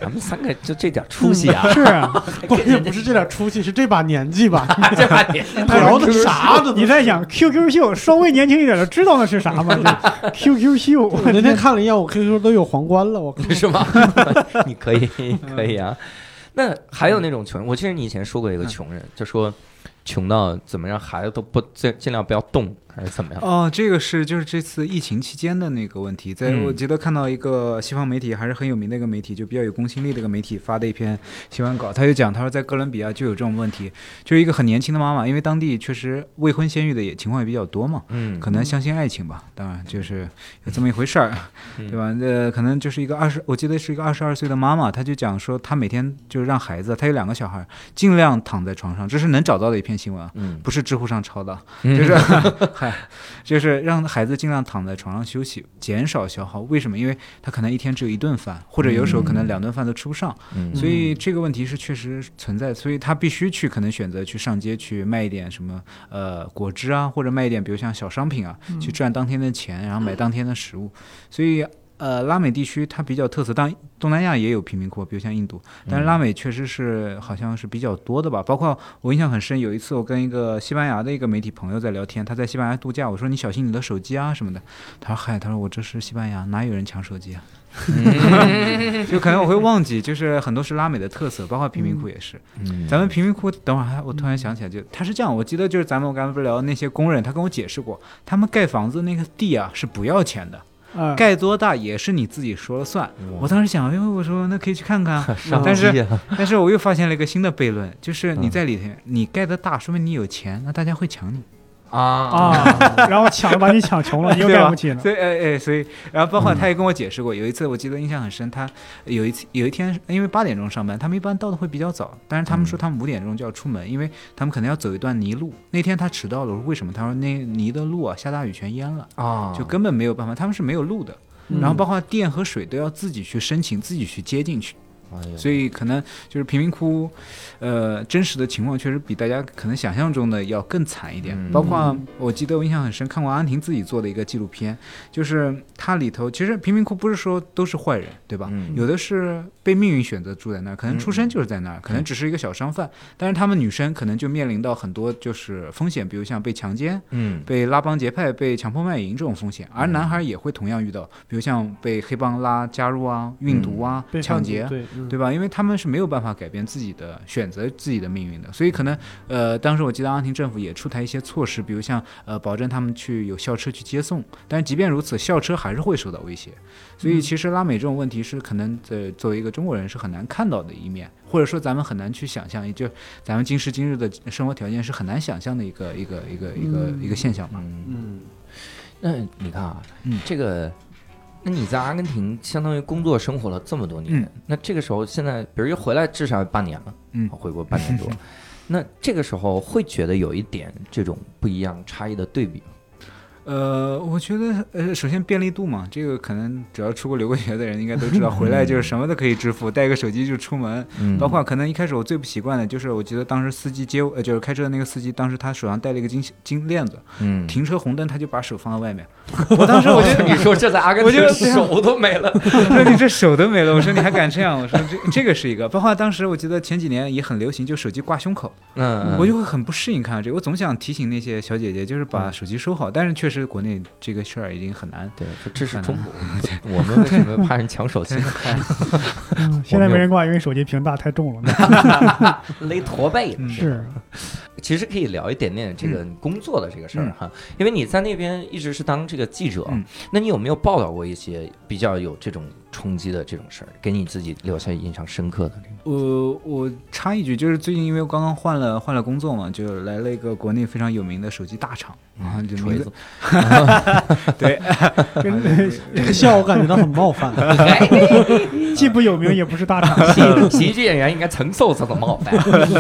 咱们三个就这点出息啊！ 是啊， 关键不是这点出息，是这把年纪吧？ 这把年纪聊的啥呢？ 你在想 Q Q 秀，稍微年轻一点的知道那是啥吗 ？Q Q 秀， 我那天看了一眼，我 Q Q 都有皇冠了，我是吗？你可以，可以啊。那还有那种穷人，我记得你以前说过一个穷人，就说穷到怎么让孩子都不尽尽量不要动，还是怎么样？ 哦，这个是就是这次疫情期间的那个问题，在嗯我记得看到一个西方媒体还是很有名的一个媒体，就比较有公信力的一个媒体发的一篇新闻稿，他就讲他说在哥伦比亚就有这种问题，就是一个很年轻的妈妈，因为当地确实未婚先育的也情况也比较多嘛， 嗯， 可能相信爱情吧，当然就是有这么一回事儿，对吧？呃，可能就是一个二十，我记得是一个二十二岁的妈妈，她就讲说她每天就让孩子，她有两个小孩，尽量躺在床上，这是能找到的一篇新闻啊。嗯，不是知乎上抄的，就是嗨，就是让孩子尽量躺在床上休息，减少消耗。为什么？因为他可能一天只有一顿饭，或者有时候可能两顿饭都吃不上，嗯、所以这个问题是确实存在。所以他必须去可能选择去上街去卖一点什么呃果汁啊，或者卖一点比如像小商品啊，去赚当天的钱，然后买当天的食物。所以。呃，拉美地区它比较特色，当然东南亚也有贫民窟，比如像印度，但是拉美确实是好像是比较多的吧。包括我印象很深，有一次我跟一个西班牙的一个媒体朋友在聊天，他在西班牙度假，我说你小心你的手机啊什么的，他说嗨，他说我这是西班牙，哪有人抢手机啊？就可能我会忘记，就是很多是拉美的特色，包括贫民窟也是。嗯、咱们贫民窟，等会儿我突然想起来就，就他是这样，我记得就是咱们我刚才不是聊那些工人，他跟我解释过，他们盖房子那个地啊是不要钱的。盖多大也是你自己说了算。我当时想，哎，我说那可以去看看，但是但是我又发现了一个新的悖论，就是你在里头，你盖的大，说明你有钱，那大家会抢你。 啊啊！然后抢把你抢穷了，你又盖不起了。 所以，哎哎，所以，然后包括他也跟我解释过，有一次我记得印象很深，他有一次有一天，因为八点钟上班，他们一般到的会比较早，但是他们说他们五点钟就要出门，因为他们可能要走一段泥路。那天他迟到了，我说为什么？他说那泥的路啊，下大雨全淹了啊，就根本没有办法，他们是没有路的。然后包括电和水都要自己去申请，自己去接进去。所以可能就是贫民窟，呃，真实的情况确实比大家可能想象中的要更惨一点。嗯、包括我记得我印象很深，看过安婷自己做的一个纪录片，就是它里头其实贫民窟不是说都是坏人，对吧？嗯、有的是被命运选择住在那儿，可能出生就是在那儿，嗯、可能只是一个小商贩，但是他们女生可能就面临到很多就是风险，比如像被强奸、嗯、被拉帮结派、被强迫卖淫这种风险，而男孩也会同样遇到，比如像被黑帮拉加入啊、运毒啊、嗯、抢劫。对吧？因为他们是没有办法改变自己的选择自己的命运的，所以可能呃，当时我记得阿根廷政府也出台一些措施，比如像呃，保证他们去有校车去接送，但是即便如此，校车还是会受到威胁。所以其实拉美这种问题是可能呃，作为一个中国人是很难看到的一面，或者说咱们很难去想象，也就咱们今时今日的生活条件是很难想象的一个一个一个一个、嗯、一个现象吧。 嗯，那你看啊，嗯，这个。那你在阿根廷相当于工作生活了这么多年，嗯、那这个时候现在，比如一回来至少半年了，嗯，回国半年多，那这个时候会觉得有一点这种不一样差异的对比吗？ 呃，我觉得呃，首先便利度嘛，这个可能只要出国留过学的人应该都知道，回来就是什么都可以支付，带个手机就出门。嗯、包括可能一开始我最不习惯的就是，我记得当时司机接我，呃，就是开车的那个司机，当时他手上戴了一个金金链子，嗯，停车红灯他就把手放在外面。我当时我就你说这在阿根廷手都没了， 我说你这手都没了，我说你还敢这样？我说这这个是一个，包括当时我记得前几年也很流行，就手机挂胸口，嗯，我就会很不适应看到这个，我总想提醒那些小姐姐，就是把手机收好，但是确实国内这个事儿已经很难。 对，这是中国，我们为什么怕人抢手机？ 现在没人挂，因为手机屏大太重了， 勒驼背。 是， 其实可以聊一点点这个工作的这个事儿哈，因为你在那边一直是当这个记者，那你有没有报道过一些比较有这种冲击的这种事儿，给你自己留下印象深刻的这个？ 我我插一句，就是最近因为我刚刚换了换了工作嘛，就来了一个国内非常有名的手机大厂，然后就锤子，对， 这个笑我感觉到很冒犯， 既不有名也不是大厂， 喜喜剧演员应该承受这种冒犯，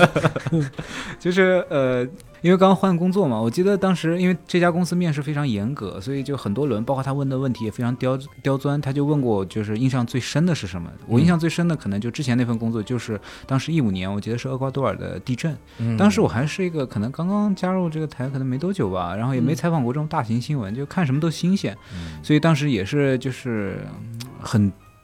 就是呃。因为刚刚换工作嘛，我记得当时因为这家公司面试非常严格，所以就很多轮，包括他问的问题也非常刁刁钻。他就问过我，就是印象最深的是什么？我印象最深的可能就之前那份工作，就是当时一五年，我记得是厄瓜多尔的地震。嗯、当时我还是一个可能刚刚加入这个台，可能没多久吧，然后也没采访过这种大型新闻，就看什么都新鲜，所以当时也是就是很。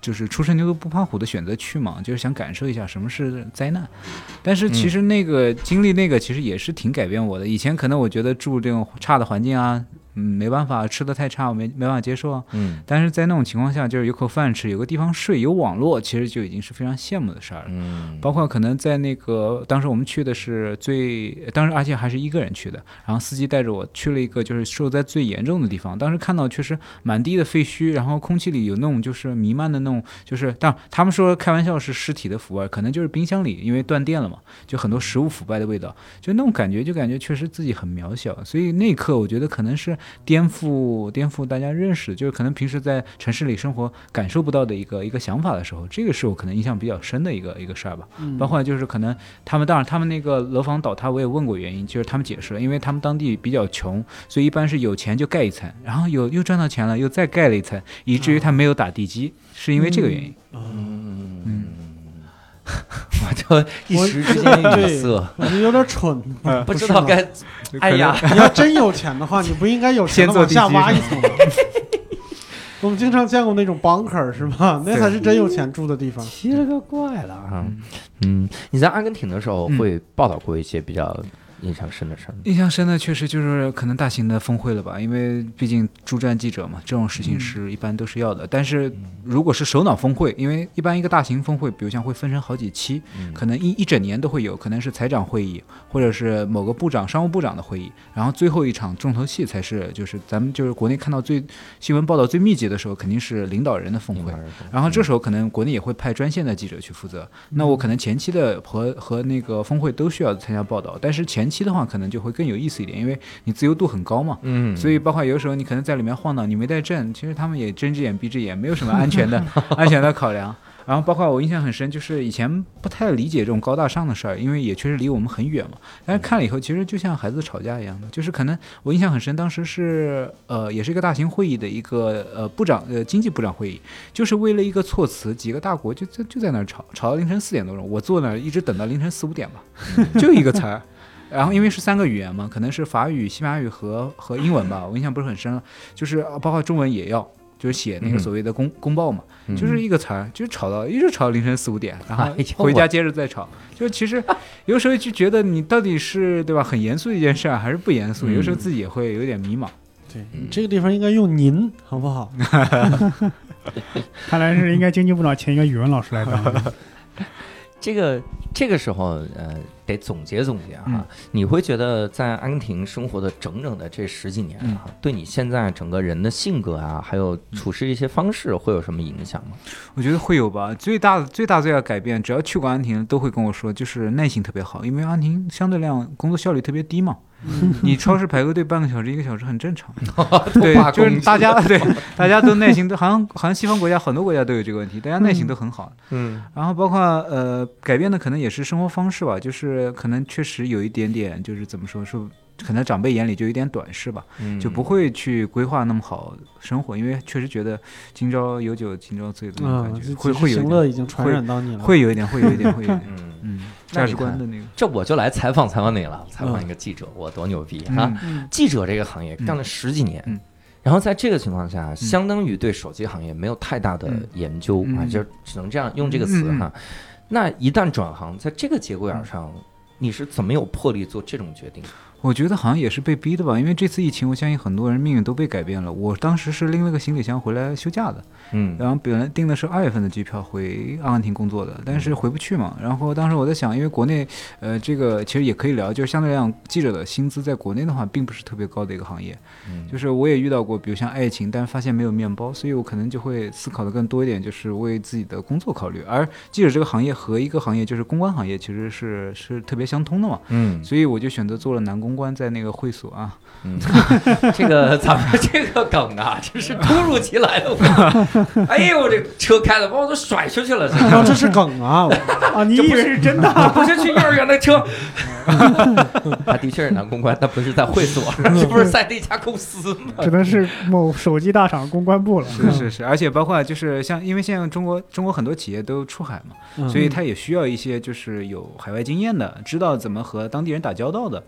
就是初生牛犊不怕虎的选择去嘛，就是想感受一下什么是灾难。但是其实那个、嗯、经历那个其实也是挺改变我的。以前可能我觉得住这种差的环境啊，嗯，没办法，吃的太差，我没没办法接受啊。嗯，但是在那种情况下，就是有口饭吃，有个地方睡，有网络，其实就已经是非常羡慕的事儿了。嗯，包括可能在那个当时我们去的是最，当时而且还是一个人去的，然后司机带着我去了一个就是受灾最严重的地方。当时看到确实满地的废墟，然后空气里有那种就是弥漫的那种，就是但他们说开玩笑是尸体的腐味，可能就是冰箱里因为断电了嘛，就很多食物腐败的味道，就那种感觉，就感觉确实自己很渺小。所以那一刻我觉得可能是颠覆颠覆大家认识，就是可能平时在城市里生活感受不到的一个一个想法的时候，这个是我可能印象比较深的一个一个事儿吧。嗯、包括就是可能他们当然他们那个楼房倒塌，我也问过原因，就是他们解释了，因为他们当地比较穷，所以一般是有钱就盖一层，然后有又赚到钱了又再盖了一层，以至于他没有打地基，嗯、是因为这个原因。嗯嗯。 我就一时之间语塞， 我觉得有点蠢， 不, 不知道该。哎呀， 你要真有钱的话，你不应该有钱往下挖一层吗？我们经常见过那种bunker是吧？那才是真有钱住的地方。 奇了个怪了啊！嗯，你在阿根廷的时候会报道过一些比较印象深的事儿？ 印象深的确实就是可能大型的峰会了吧，因为毕竟驻站记者嘛，这种事情是一般都是要的。但是如果是首脑峰会，因为一般一个大型峰会，比如像会分成好几期，可能一一整年都会有，可能是财长会议，或者是某个部长、商务部长的会议，然后最后一场重头戏才是就是咱们就是国内看到最新闻报道最密集的时候，肯定是领导人的峰会。然后这时候可能国内也会派专线的记者去负责。那我可能前期的和和那个峰会都需要参加报道，但是前期的话可能就会更有意思一点，因为你自由度很高嘛，嗯，所以包括有的时候你可能在里面晃荡，你没带证，其实他们也睁只眼闭只眼，没有什么安全的安全的考量。然后包括我印象很深，就是以前不太理解这种高大上的事儿，因为也确实离我们很远嘛。但是看了以后，其实就像孩子吵架一样的，就是可能我印象很深，当时是呃也是一个大型会议的一个呃部长呃经济部长会议，就是为了一个措辞，几个大国就就就在那儿吵，吵到凌晨四点多钟，我坐那儿一直等到凌晨四五点吧，就一个词儿。然后因为是三个语言嘛，可能是法语、西班牙语和和英文吧，我印象不是很深了，就是包括中文也要。就是写那个所谓的公、嗯、公报嘛，就是一个词儿，就吵到一直吵到凌晨四五点，然后回家接着再吵。就其实有时候就觉得你到底是对吧，很严肃的一件事还是不严肃？有时候自己也会有点迷茫。 对，这个地方应该用您，好不好？ 看来是应该经济部长请一个语文老师来当。 这个这个时候，呃，得总结总结哈、嗯。你会觉得在阿根廷生活的整整的这十几年啊、嗯，对你现在整个人的性格啊，还有处事一些方式，会有什么影响吗？ 我觉得会有吧。最大的最大最大改变，只要去过阿根廷，都会跟我说，就是耐心特别好，因为阿根廷相对量工作效率特别低嘛。嗯、你超市排个队半个小时一个小时很正常。对，就是大家对大家都耐心，都好像好像西方国家很多国家都有这个问题，大家耐心都很好。嗯，然后包括呃改变的可能也是生活方式吧，就是可能确实有一点点，就是怎么说说。可能长辈眼里就有点短视吧、嗯，就不会去规划那么好生活，因为确实觉得今朝有酒今朝醉的那种感觉，嗯、会会有行乐已经传染到你了， 会有一点，会有一点，会有一点，嗯嗯，价值观的那个。 这我就来采访采访你了，采访一个记者，嗯、我多牛逼啊！嗯、记者这个行业干了十几年。嗯然后在这个情况下，相当于对手机行业没有太大的研究、嗯、啊，就只能这样用这个词哈、嗯。那一旦转行，在这个节骨眼上，你是怎么有魄力做这种决定？ 我觉得好像也是被逼的吧，因为这次疫情，我相信很多人命运都被改变了。我当时是拎了个行李箱回来休假的，嗯，然后本来订的是二月份的机票回阿根廷工作的，但是回不去嘛。然后当时我在想，因为国内，呃，这个其实也可以聊，就是相对来讲，记者的薪资在国内的话，并不是特别高的一个行业。嗯，就是我也遇到过，比如像爱情，但是发现没有面包，所以我可能就会思考的更多一点，就是为自己的工作考虑。而记者这个行业和一个行业就是公关行业，其实是是特别相通的嘛。嗯，所以我就选择做了男公关，在那个会所啊。 嗯，这个咱们这个梗啊，就是突如其来的。哎呦，这车开的把我都甩出去了。 这, 这是梗啊！ 啊，你以为是真的？ 这不是去幼儿园的车。他的确是男公关，他不是在会所，这不是在那家公司吗？ 只能是某手机大厂公关部了。 是是是，而且包括就是像，因为现在中国中国很多企业都出海嘛，嗯、所以他也需要一些就是有海外经验的，知道怎么和当地人打交道的。嗯，包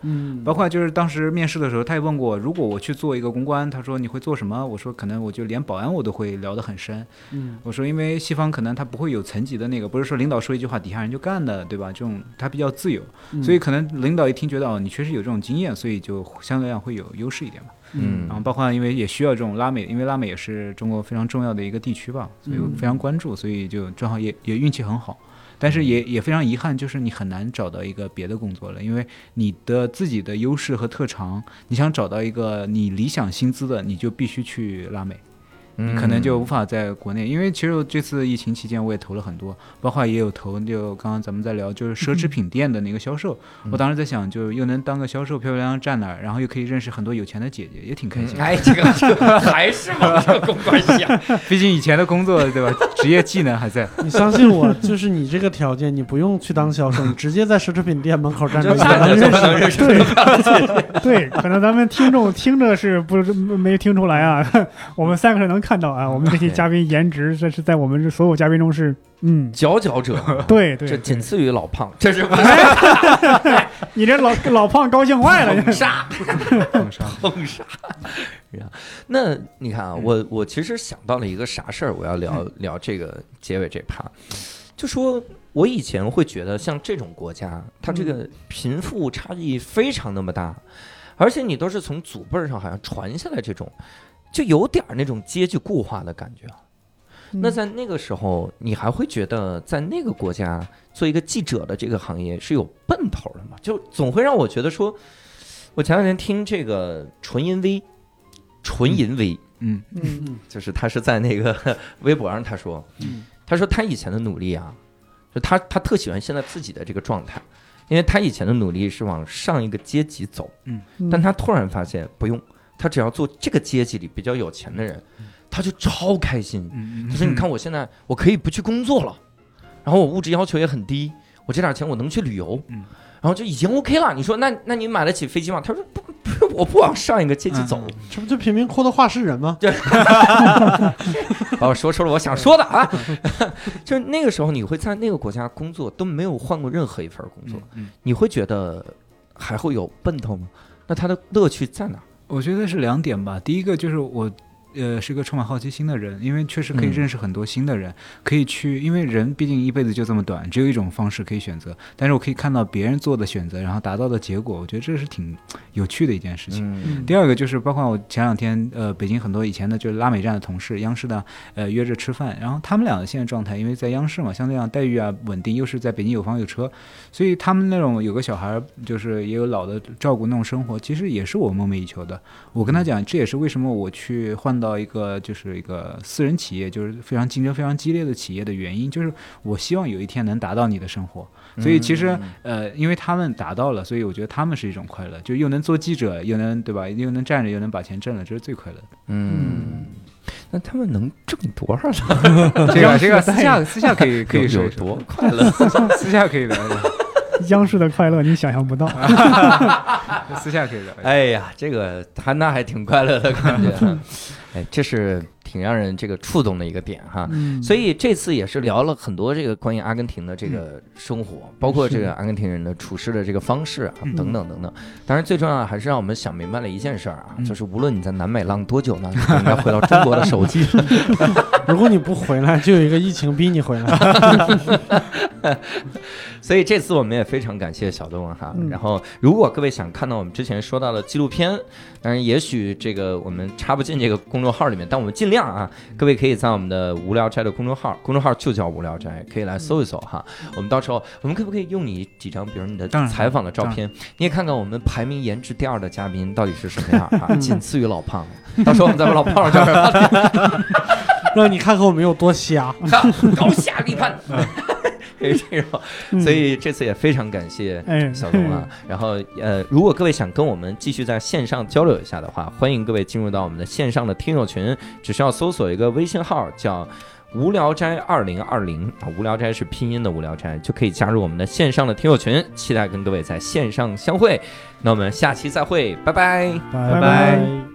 包括就是当时面试的时候，他也问过，如果我去做一个公关，他说你会做什么？我说可能我就连保安我都会聊得很深。 嗯， 我说因为西方可能他不会有层级的那个，不是说领导说一句话底下人就干的，对吧？这种他比较自由， 嗯、 所以可能领导一听觉得哦，你确实有这种经验，所以就相对来讲会有优势一点嘛。 嗯， 然后包括因为也需要这种拉美，因为拉美也是中国非常重要的一个地区吧，所以我非常关注，所以就正好也也运气很好。但是也也非常遗憾，就是你很难找到一个别的工作了，因为你的自己的优势和特长，你想找到一个你理想薪资的，你就必须去拉美。你可能就无法在国内，因为其实这次疫情期间我也投了很多，包括也有投，就刚刚咱们在聊就是奢侈品店的那个销售，我当时在想，就又能当个销售，漂漂亮亮站那儿，然后又可以认识很多有钱的姐姐，也挺开心。 哎，这个这个还是往这个关系啊， 毕竟以前的工作对吧，职业技能还在。 你相信我，就是你这个条件，你不用去当销售，你直接在奢侈品店门口站着， 站着就能认识。 对对，可能咱们听众听着是不没听出来啊，我们三个人能看到啊，我们这些嘉宾颜值，这是在我们所有嘉宾中是嗯佼佼者。 对对， 这仅次于老胖，这是你这老老胖高兴坏了， 碰杀碰杀碰杀。那你看啊，我我其实想到了一个啥事儿，我要聊聊这个结尾这趴，就说我以前会觉得像这种国家，它这个贫富差异非常那么大，而且你都是从祖辈上好像传下来这种。就有点那种阶级固化的感觉啊。那在那个时候，你还会觉得在那个国家做一个记者的这个行业是有奔头的吗？就总会让我觉得说，我前两天听这个纯银威，纯银威， 嗯嗯嗯， 就是他是在那个微博上他说， 嗯， 他说他以前的努力啊，就他他特喜欢现在自己的这个状态，因为他以前的努力是往上一个阶级走， 嗯， 但他突然发现不用。他只要做这个阶级里比较有钱的人，他就超开心。他说：“你看我现在我可以不去工作了，然后我物质要求也很低，我这点钱我能去旅游，然后就已经 OK 了。你说那那你买得起飞机吗？”他说：“不，不，我不往上一个阶级走。” 这不就贫民窟的话事人吗？ 对，把我说出了我想说的啊。就是那个时候，你会在那个国家工作，都没有换过任何一份工作，你会觉得还会有奔头吗？那他的乐趣在哪？ 我觉得是两点吧。第一个就是我呃是个充满好奇心的人，因为确实可以认识很多新的人，嗯、可以去，因为人毕竟一辈子就这么短，只有一种方式可以选择，但是我可以看到别人做的选择，然后达到的结果，我觉得这是挺有趣的一件事情。嗯、第二个就是包括我前两天呃北京很多以前的就是拉美站的同事，央视的呃约着吃饭，然后他们俩的现在状态，因为在央视嘛，相对上待遇啊稳定，又是在北京有房有车，所以他们那种有个小孩就是也有老的照顾那种生活，其实也是我梦寐以求的。我跟他讲，这也是为什么我去换到一个就是一个私人企业，就是非常竞争非常激烈的企业的原因，就是我希望有一天能达到你的生活。所以其实呃，因为他们达到了，所以我觉得他们是一种快乐，就又能做记者，又能对吧，又能站着，又能把钱挣了，这是最快乐的。 嗯，那他们能挣多少呢？ 这个这个私下私下可以可以说有多快乐， 私下可以聊。 央视的快乐你想象不到， 私下可以聊。 哎呀，这个他那还挺快乐的感觉。哎，这是挺让人这个触动的一个点哈。嗯、所以这次也是聊了很多这个关于阿根廷的这个生活，嗯、包括这个阿根廷人的处事的这个方式啊，等等等等。当然最重要的还是让我们想明白了一件事啊，嗯、就是无论你在南美浪多久呢，你应该回到中国的手机。 如果你不回来，就有一个疫情逼你回来。 所以这次我们也非常感谢小东哈。嗯、然后如果各位想看到我们之前说到的纪录片，当然也许这个我们插不进这个公众号里面，但我们尽量啊，各位可以在我们的无聊斋的公众号，公众号就叫无聊斋，可以来搜一搜哈。我们到时候我们可不可以用你几张，比如你的采访的照片，你也看看我们排名颜值第二的嘉宾到底是什么样啊？仅次于老胖，到时候我们再把老胖照片让你看看我们有多瞎， 高下立判。这种，所以这次也非常感谢小东啊。然后呃，如果各位想跟我们继续在线上交流一下的话，欢迎各位进入到我们的线上的听友群，只需要搜索一个微信号叫无聊斋二零二零啊，无聊斋是拼音的无聊斋，就可以加入我们的线上的听友群，期待跟各位在线上相会。那我们下期再会，拜拜， 拜拜。